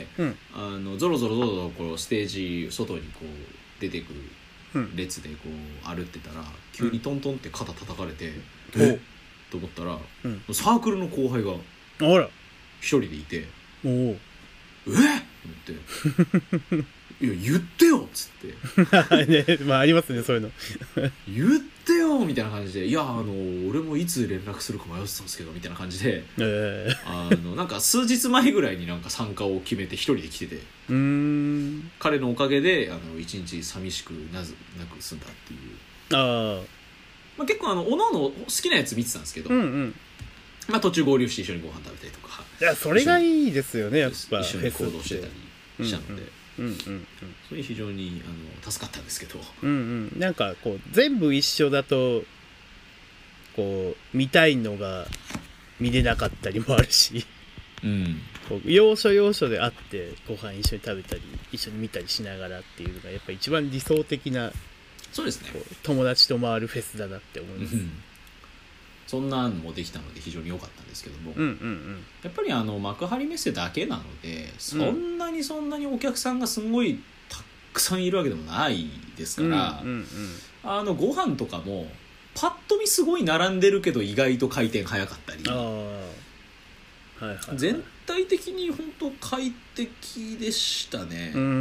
うん、あのゾロゾロゾロゾロこうステージ外にこう出てくる列でこう歩ってたら、うん、急にトントンって肩叩かれて、うん、おっと思ったら、うん、サークルの後輩が一人でいておおえっと思っていや言ってよっつってね、まあありますねそういうの言ってよみたいな感じでいやあの俺もいつ連絡するか迷ってたんですけどみたいな感じで、えー、あのなんか数日前ぐらいになんか参加を決めて一人で来ててうーん彼のおかげであの一日寂しくなずなく済んだっていうあ、まあ、結構あのおのおの好きなやつ見てたんですけど、うんうん、 まあ、途中合流して一緒にご飯食べたりとか、 いやそれがいいですよね、やっぱ一緒に行動してたりしたので、 うんうんうんうん、 それ非常にあの助かったんですけど、 うんうん、なんかこう全部一緒だとこう見たいのが見れなかったりもあるし、 うん、 こう要所要所で会ってご飯一緒に食べたり一緒に見たりしながらっていうのがやっぱ一番理想的な、 そうですね、 友達と回るフェスだなって思います、うん、 そんなのもできたので非常に良かったんですけども、 うんうんうん、 やっぱりあの幕張メッセだけなのでそんなにそんなにお客さんがすごいたくさんいるわけでもないですから、うんうんうん、あのご飯とかもパッと見すごい並んでるけど意外と回転早かったり、あ、はいはいはい、全体的に本当快適でしたね、うん、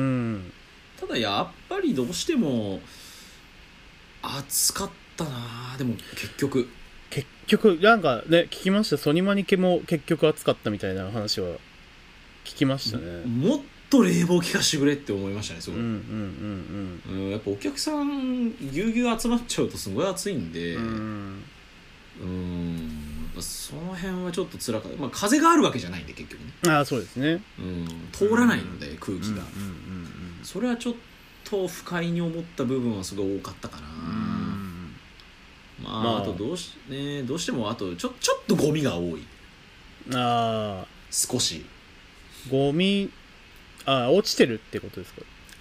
ただやっぱりどうしても暑かったな。でも結局結局なんかね聞きました、ソニマニケも結局暑かったみたいな話は聞きましたね。 もっと冷房効かしてくれって思いましたね、すごい、うんうんうんうん、やっぱお客さんぎゅうぎゅう集まっちゃうとすごい暑いんで、うん、うーんその辺はちょっと辛かった、まあ、風があるわけじゃないんで結局ね、 ああそうですね、 うん、通らないので空気が、うんうんうんうん、それはちょっと不快に思った部分はすごい多かったかな、うんまあ、まあ、あとどうし、ね、どうしてもあとちょ、ちょっとゴミが多い。 ああ少しゴミ、あ落ちてるってことですか。 うん、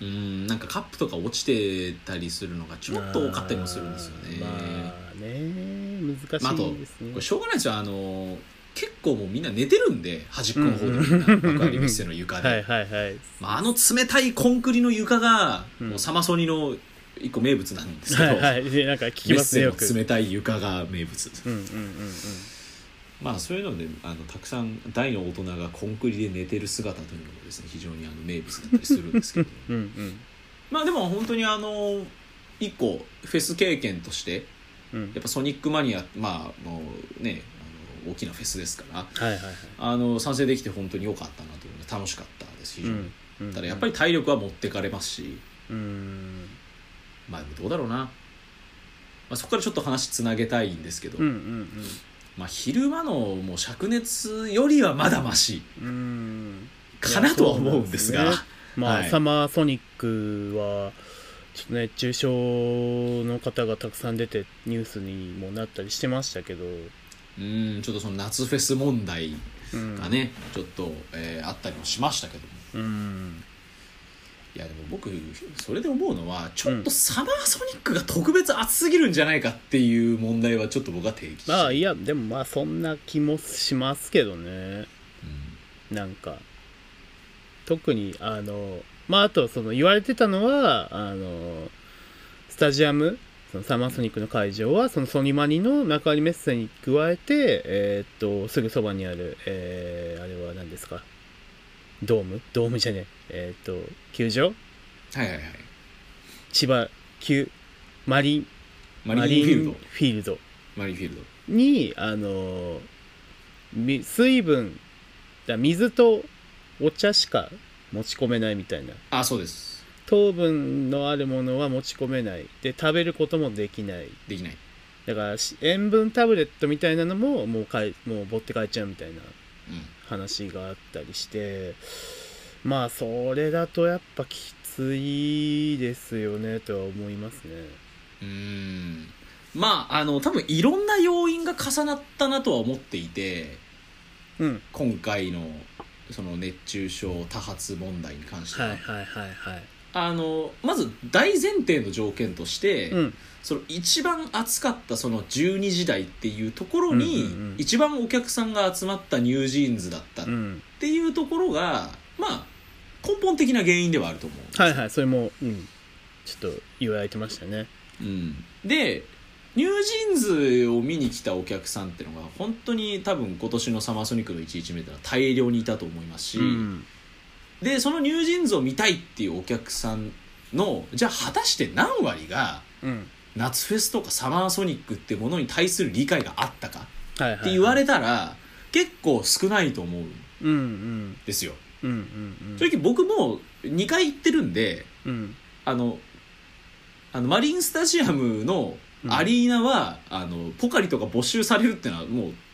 なんかカップとか落ちてたりするのがちょっと多かったりもするんですよね。 まあね難しいですね、まあ、あとこれしょうがないですよ、あの結構もうみんな寝てるんで端っこの方でみんな幕張メッセの床ではいはい、はいまあ、あの冷たいコンクリの床がもうサマソニの一個名物なんですけど、はいはい、なんか聞きますね、よくメッセの冷たい床が名物、うんうんうんうん、まあそういうのであのたくさん大の大人がコンクリで寝てる姿というのもですね非常にあの名物だったりするんですけどうん、うん、まあでも本当にあの一個フェス経験として、うん、やっぱソニックマニアまあもうねあの大きなフェスですから、はいはいはい、あの賛成できて本当に良かったなというので楽しかったです非常に、うんうんうん、ただやっぱり体力は持ってかれますし、うんまあでもどうだろうな、まあ、そこからちょっと話つなげたいんですけど、うんうんうんまあ、昼間のもう灼熱よりはまだマシかなとは思うんですが、ねまあはい、サマーソニックはちょっと熱中症の方がたくさん出てニュースにもなったりしてましたけど、 うんちょっとその夏フェス問題がね、うん、ちょっと、えー、あったりもしましたけども、うんいやでも僕それで思うのはちょっとサマーソニックが特別暑すぎるんじゃないかっていう問題はちょっと僕は提起して、 まあいやでもまあそんな気もしますけどね、うん、なんか特にあのまああとその言われてたのはあのスタジアムそのサマーソニックの会場はそのソニマニの幕張メッセに加えてえー、っとすぐそばにある、えー、あれは何ですかドームドームじゃねええー、っと球場はいはいはい千葉球マリンマリンフィールドフィールドマリンフィールドにあの水分だ水とお茶しか持ち込めないみたいなあそうです糖分のあるものは持ち込めないで食べることもできないできないだから塩分タブレットみたいなのももうかいもう持って帰っちゃうみたいな話があったりして、うん、まあそれだとやっぱきついですよねとは思いますね。 うーんまああの多分いろんな要因が重なったなとは思っていて、うん、今回のその熱中症多発問題に関しては、はいはいはいはい、あのまず大前提の条件として、うん、その一番暑かったそのじゅうにじ台っていうところに、うんうんうん、一番お客さんが集まったニュージーンズだったっていうところが、うん、まあ根本的な原因ではあると思うんですよ。 はいはいそれも、うん、ちょっと言われてましたね、 うん、でニュージーンズを見に来たお客さんっていうのが本当に多分今年のサマーソニックのいちにちめってのは大量にいたと思いますし、うん、でそのニュージーンズを見たいっていうお客さんのじゃあ果たして何割が夏フェスとかサマーソニックってものに対する理解があったかって言われたら結構少ないと思うんですよ、うんうんうん、正直僕もにかい行ってるんで、うん、あのあのマリンスタジアムのアリーナは、うん、あのポカリとか没収されるってのはもう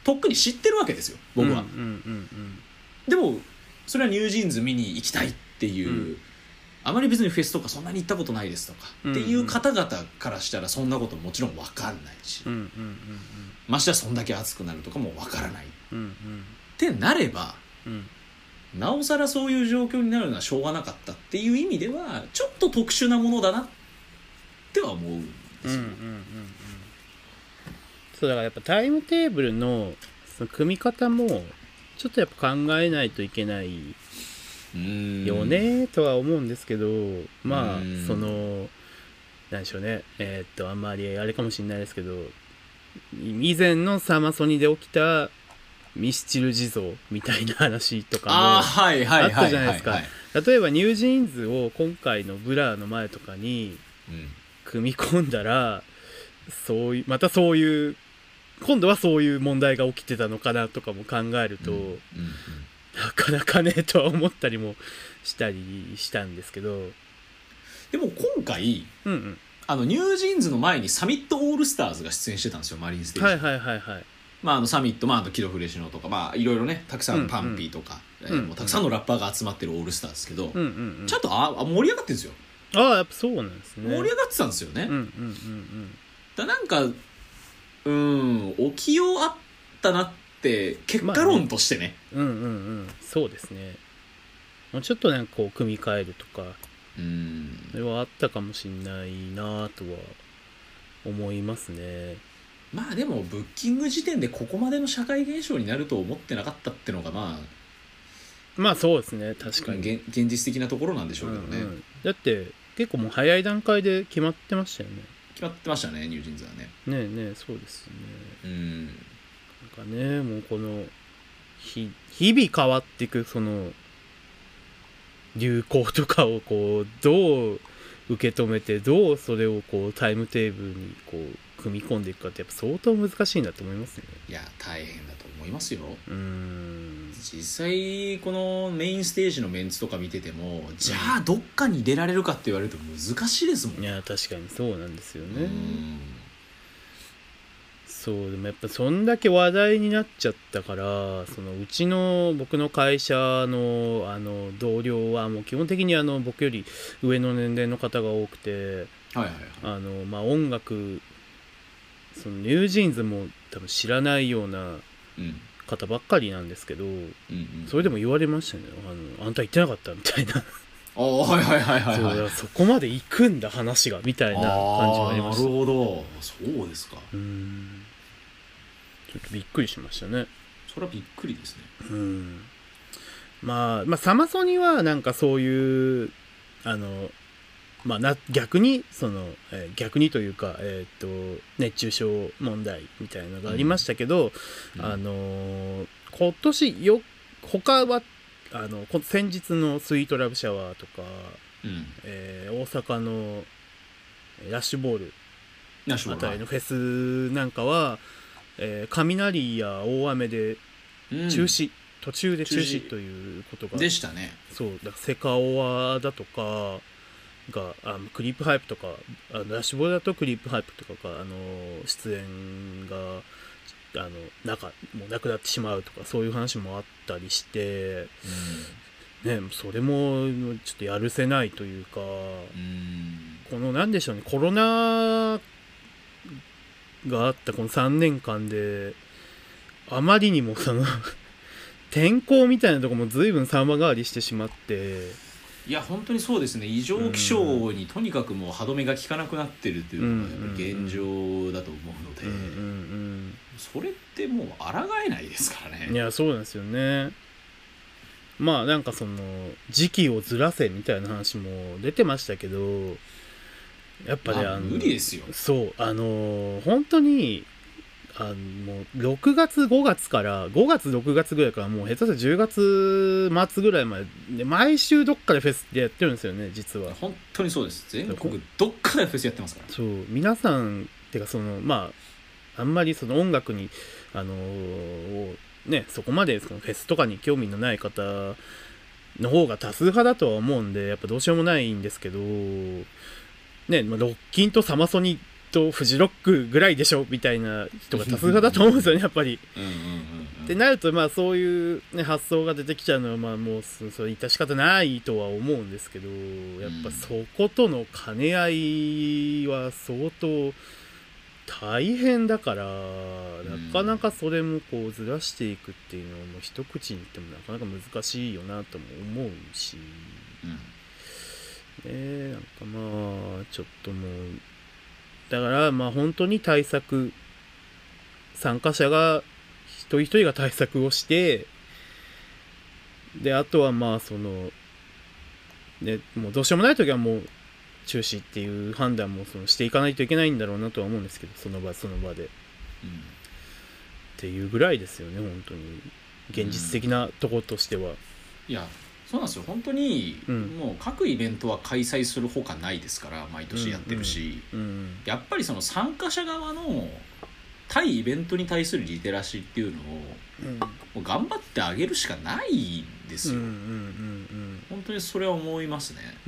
とっくに知ってるわけですよ僕は、 うんうんうんうん、 でもそれはニュージーンズ見に行きたいっていう、うん、あまり別にフェスとかそんなに行ったことないですとか、うんうん、っていう方々からしたらそんなこともちろん分かんないし、うんうんうんうん、ましてはそんだけ暑くなるとかも分からない、うんうん、ってなれば、うん、なおさらそういう状況になるのはしょうがなかったっていう意味ではちょっと特殊なものだなっては思うんですよ、うんうんうんうん、 そうだからやっぱタイムテーブルのその組み方もちょっとやっぱ考えないといけないよねとは思うんですけど、まあその何でしょうね、えー、っとあんまりあれかもしれないですけど、以前のサマソニで起きたミスチル地蔵みたいな話とかもあったじゃないですか。例えばニュージーンズを今回のブラの前とかに組み込んだら、そういうまたそういう今度はそういう問題が起きてたのかなとかも考えると、うんうんうん、なかなかねとは思ったりもしたりしたんですけど、 でも今回、うんうん、あのニュージーンズの前にサミットオールスターズが出演してたんですよ、マリンステージ。 はいはいはいはい。 まあ、あのサミット、まあ、あのキドフレシノとか、まあ、いろいろねたくさんパンピーとか、うんうんえー、もうたくさんのラッパーが集まってるオールスターですけど、うんうんうん、ちゃんとああ盛り上がってるんですよ。 ああやっぱそうなんですね。 盛り上がってたんですよね、うんうんうんうん、だなんかうん起きようあったなって結果論としてね、 まあ、ねうんうんうんそうですね。もうちょっとなんかこう組み替えるとかうんそれはあったかもしれないなとは思いますね。 まあでもブッキング時点でここまでの社会現象になると思ってなかったってのがまあまあそうですね確かに現実的なところなんでしょうけどね、うんうん、 だって結構もう早い段階で決まってましたよね。 決まってましたねニュージーンズはね。 ねえねえそうですね。うんなんかねもうこの日々変わっていくその流行とかをこうどう受け止めてどうそれをこうタイムテーブルにこう組み込んでいくかってやっぱ相当難しいんだと思いますね。 いや大変だと思いますよ。うーん実際このメインステージのメンツとか見ててもじゃあどっかに入れられるかって言われると難しいですもん。 いや確かにそうなんですよね。うんそうでもやっぱそんだけ話題になっちゃったからそのうちの僕の会社のあの同僚はもう基本的にあの僕より上の年齢の方が多くて、はいはいはい、あのまあ音楽そのニュージーンズも多分知らないような方ばっかりなんですけど、うんうん、それでも言われましたね。あのあんた言ってなかったみたいなあはいはいはいはい、はい、 そ, そこまで行くんだ話がみたいな感じがありました。 なるほどそうですか。 うんちょっとびっくりしましたね。 それはびっくりですね。 うんまあまあサマソニはなんかそういうあのまあ、な逆にその、えー、逆にというか、えー、と熱中症問題みたいなのがありましたけど、うんあのー、今年よ他はあの先日のスイートラブシャワーとか、うんえー、大阪のラッシュボールあたりのフェスなんかは、えー、雷や大雨で中止、うん、途中で中止ということがでしたね。 そうだセカオワだとかがあのクリープハイプとかあのラッシュボールだとクリープハイプとかがあの出演があのなんかもうなくなってしまうとかそういう話もあったりして、うんね、それもちょっとやるせないというか、うん、このなんでしょうねコロナがあったこのさんねんかんであまりにもその天候みたいなところも随分様変わりしてしまっていや本当にそうですね異常気象にとにかくもう歯止めが効かなくなってるというのがやっぱり現状だと思うので、うんうんうん、それってもう抗えないですからね。 いやそうなんですよね。まあなんかその時期をずらせみたいな話も出てましたけどやっぱねあの無理ですよ。 そうあの本当にあのもうろくがつごがつからごがつろくがつぐらいからもう下手したらじゅうがつ末ぐらいまで毎週どっかでフェスでやってるんですよね実は。 本当にそうです。全国どっかでフェスやってますから。 そう皆さんてかそのまああんまりその音楽にあのー、ねそこまでそのフェスとかに興味のない方の方が多数派だとは思うんでやっぱどうしようもないんですけどね、まあ、ロッキンとサマソニっとフジロックぐらいでしょみたいな人が多数派だと思うんですよねやっぱり。 うんうんうんうん、 ってなるとまあそういう、ね、発想が出てきちゃうのはまあもうそそれ致し方ないとは思うんですけど、やっぱそことの兼ね合いは相当大変だから、なかなかそれもこうずらしていくっていうのも一口に言ってもなかなか難しいよなとも思うし、うん、ね、なんかまあちょっともうだからまあ本当に対策参加者が一人一人が対策をして、であとはまあそのねもうどうしようもない時はもう中止っていう判断もそのしていかないといけないんだろうなとは思うんですけど、その場その場で、うん、っていうぐらいですよね本当に現実的なところとしては、うん、 いやそうなんですよ本当に、うん、もう各イベントは開催するほかないですから毎年やってるし、うんうんうん、やっぱりその参加者側の対イベントに対するリテラシーっていうのを、うん、もう頑張ってあげるしかないんですよ、うんうんうんうん、本当にそれは思いますね、うん、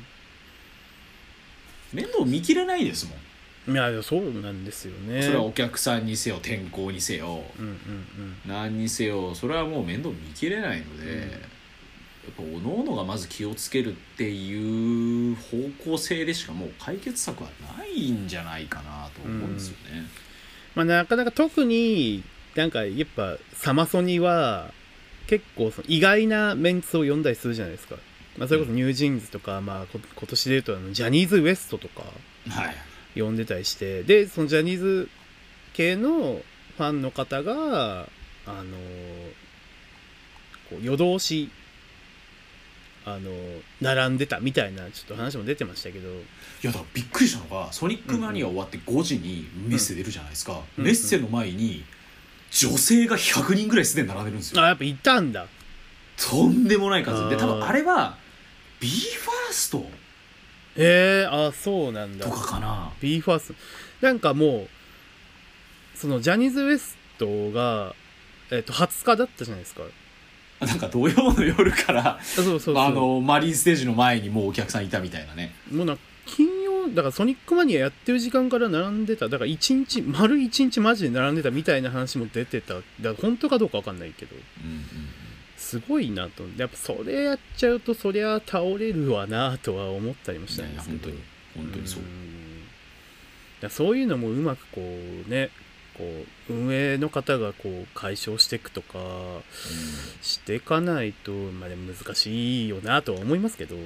面倒見きれないですもん。いやそうなんですよね。 それはお客さんにせよ天候にせよ、うんうんうん、何にせよそれはもう面倒見きれないので、うん、やっぱ各々がまず気をつけるっていう方向性でしかもう解決策はないんじゃないかなと思うんですよね、うんまあ、なかなか特になんかやっぱサマソニは結構その意外なメンツを呼んだりするじゃないですか、まあ、それこそニュージーンズとか、まあ、今年でいうとあのジャニーズ ウエストとか呼んでたりして、はい、でそのジャニーズ系のファンの方があのこう夜通しあの並んでたみたいなちょっと話も出てましたけど、いやだからびっくりしたのがソニックマニア終わってごじにメッセ出るじゃないですか、うんうん、メッセの前に女性がひゃくにんぐらいすでに並んでるんですよ。 あやっぱいたんだ。 とんでもない数で多分あれは ビーファーストえー、あそうなんだとかかな。 ビーファーストなんかもうそのジャニーズ ウエストが、えー、とはつかだったじゃないですか。 なんか土曜の夜からそうそうそう、まあ、あのマリンステージの前にもうお客さんいたみたいなね。 もうな金曜だからソニックマニアやってる時間から並んでた。だから一日丸一日マジで並んでたみたいな話も出てた。だから本当かどうか分かんないけど、うんうん、すごいなと。やっぱそれやっちゃうとそりゃ倒れるわなとは思ったりもしたんですけど、 いや本当に本当にそう、うん、 だそういうのもうまくこうねこう運営の方がこう解消していくとかしていかないと、まあ、でも難しいよなとは思いますけど、うん、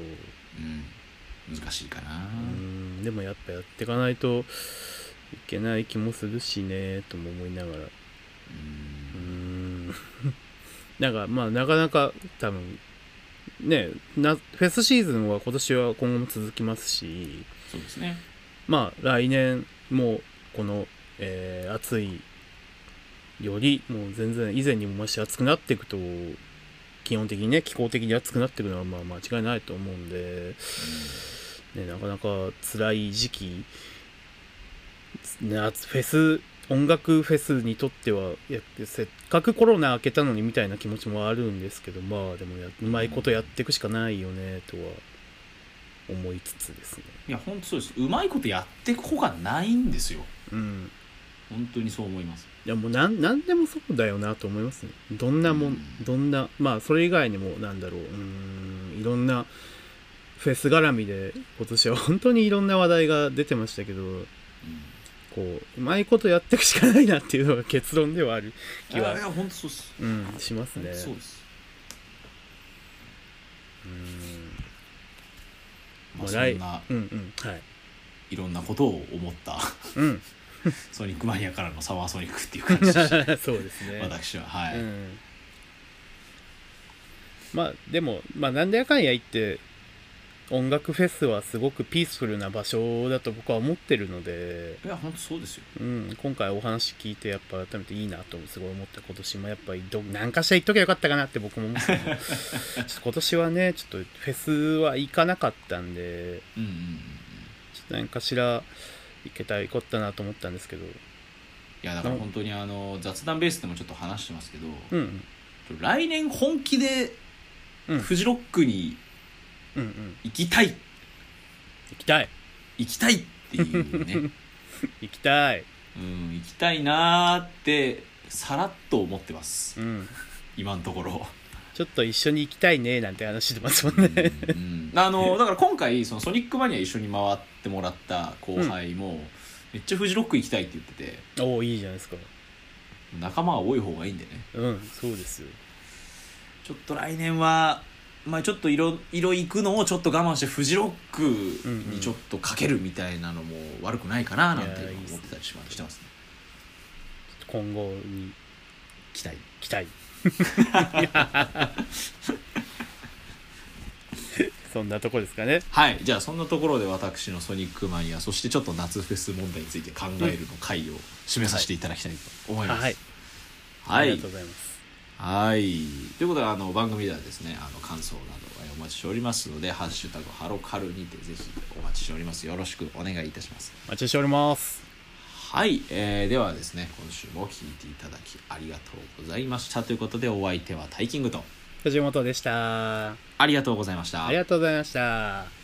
難しいかな。 うんでもやっぱやっていかないといけない気もするしねとも思いながら、うんうんなんかまあなかなか多分ねなフェスシーズンは今年は今後も続きますし、 そうですね。 まあ来年もこのえー、暑いよりもう全然以前にも増して暑くなっていくと基本的にね気候的に暑くなっていくのはまあ間違いないと思うんで、うんね、なかなか辛い時期夏フェス音楽フェスにとってはやせっかくコロナ明けたのにみたいな気持ちもあるんですけど、まあでもやうまいことやっていくしかないよねとは思いつつですね。 いや本当そうです。うまいことやっていくほうがないんですよ。うん本当にそう思います。 いやもう何何でもそうだよなと思いますね。どんなもん、うん、どんなまあそれ以外にもなんだろう、うーんいろんなフェス絡みで今年は本当にいろんな話題が出てましたけど、うん、こううまいことやっていくしかないなっていうのが結論ではある気は。 いや本当そうです。 うん、しますね。 そうです。 うん。 まあそんな、うんうんはい、いろんなことを思った。うん。ソニックマニアからのサマーソニックっていう感じでしたそうですね私ははい、うん、 まあでもまあなんでやかんや言って音楽フェスはすごくピースフルな場所だと僕は思ってるので、 いや本当そうですよ、 うん、今回お話聞いてやっぱ改めていいなとすごい思った。今年もやっぱりど何かしら言っときゃよかったかなって僕も思ってちょっと今年はねちょっとフェスは行かなかったんで、うんうんうん、ちょっと何かしらいけたらよかったなと思ったんですけど、いやだから本当にあの雑談ベースでもちょっと話してますけど、うんうん、来年本気でフジロックに行きたい、うんうん、 行きたい行きたいっていうね行きたい。 うん行きたいなーってさらっと思ってます、 うん、 今のところ。 ちょっと一緒に行きたいねなんて話してますもんね。 うん、うん、あのだから今回そのソニックマニア一緒に回ってもらった後輩も、うん、めっちゃフジロック行きたいって言ってて、 おおいいじゃないですか。 仲間が多い方がいいんでね。 うんそうですよ。 ちょっと来年はまあちょっと色色行くのをちょっと我慢してフジロックにちょっとかけるみたいなのも悪くないかななんて思ってたりしますね。 今後に期待期待そんなとこですかね。 はい、じゃあそんなところで私のソニックマニア、そしてちょっと夏フェス問題について考えるの回を締めさせていただきたいと思います。 はい、はい、ありがとうございます。 はい、ということであの番組ではですね、あの感想などお待ちしておりますので、ハッシュタグハロカルにてぜひお待ちしております。よろしくお願いいたします。 お待ちしております。 はい、えー、ではですね、今週も聞いていただきありがとうございましたということで、お相手はタイキングと藤本でした。 ありがとうございました。 ありがとうございました。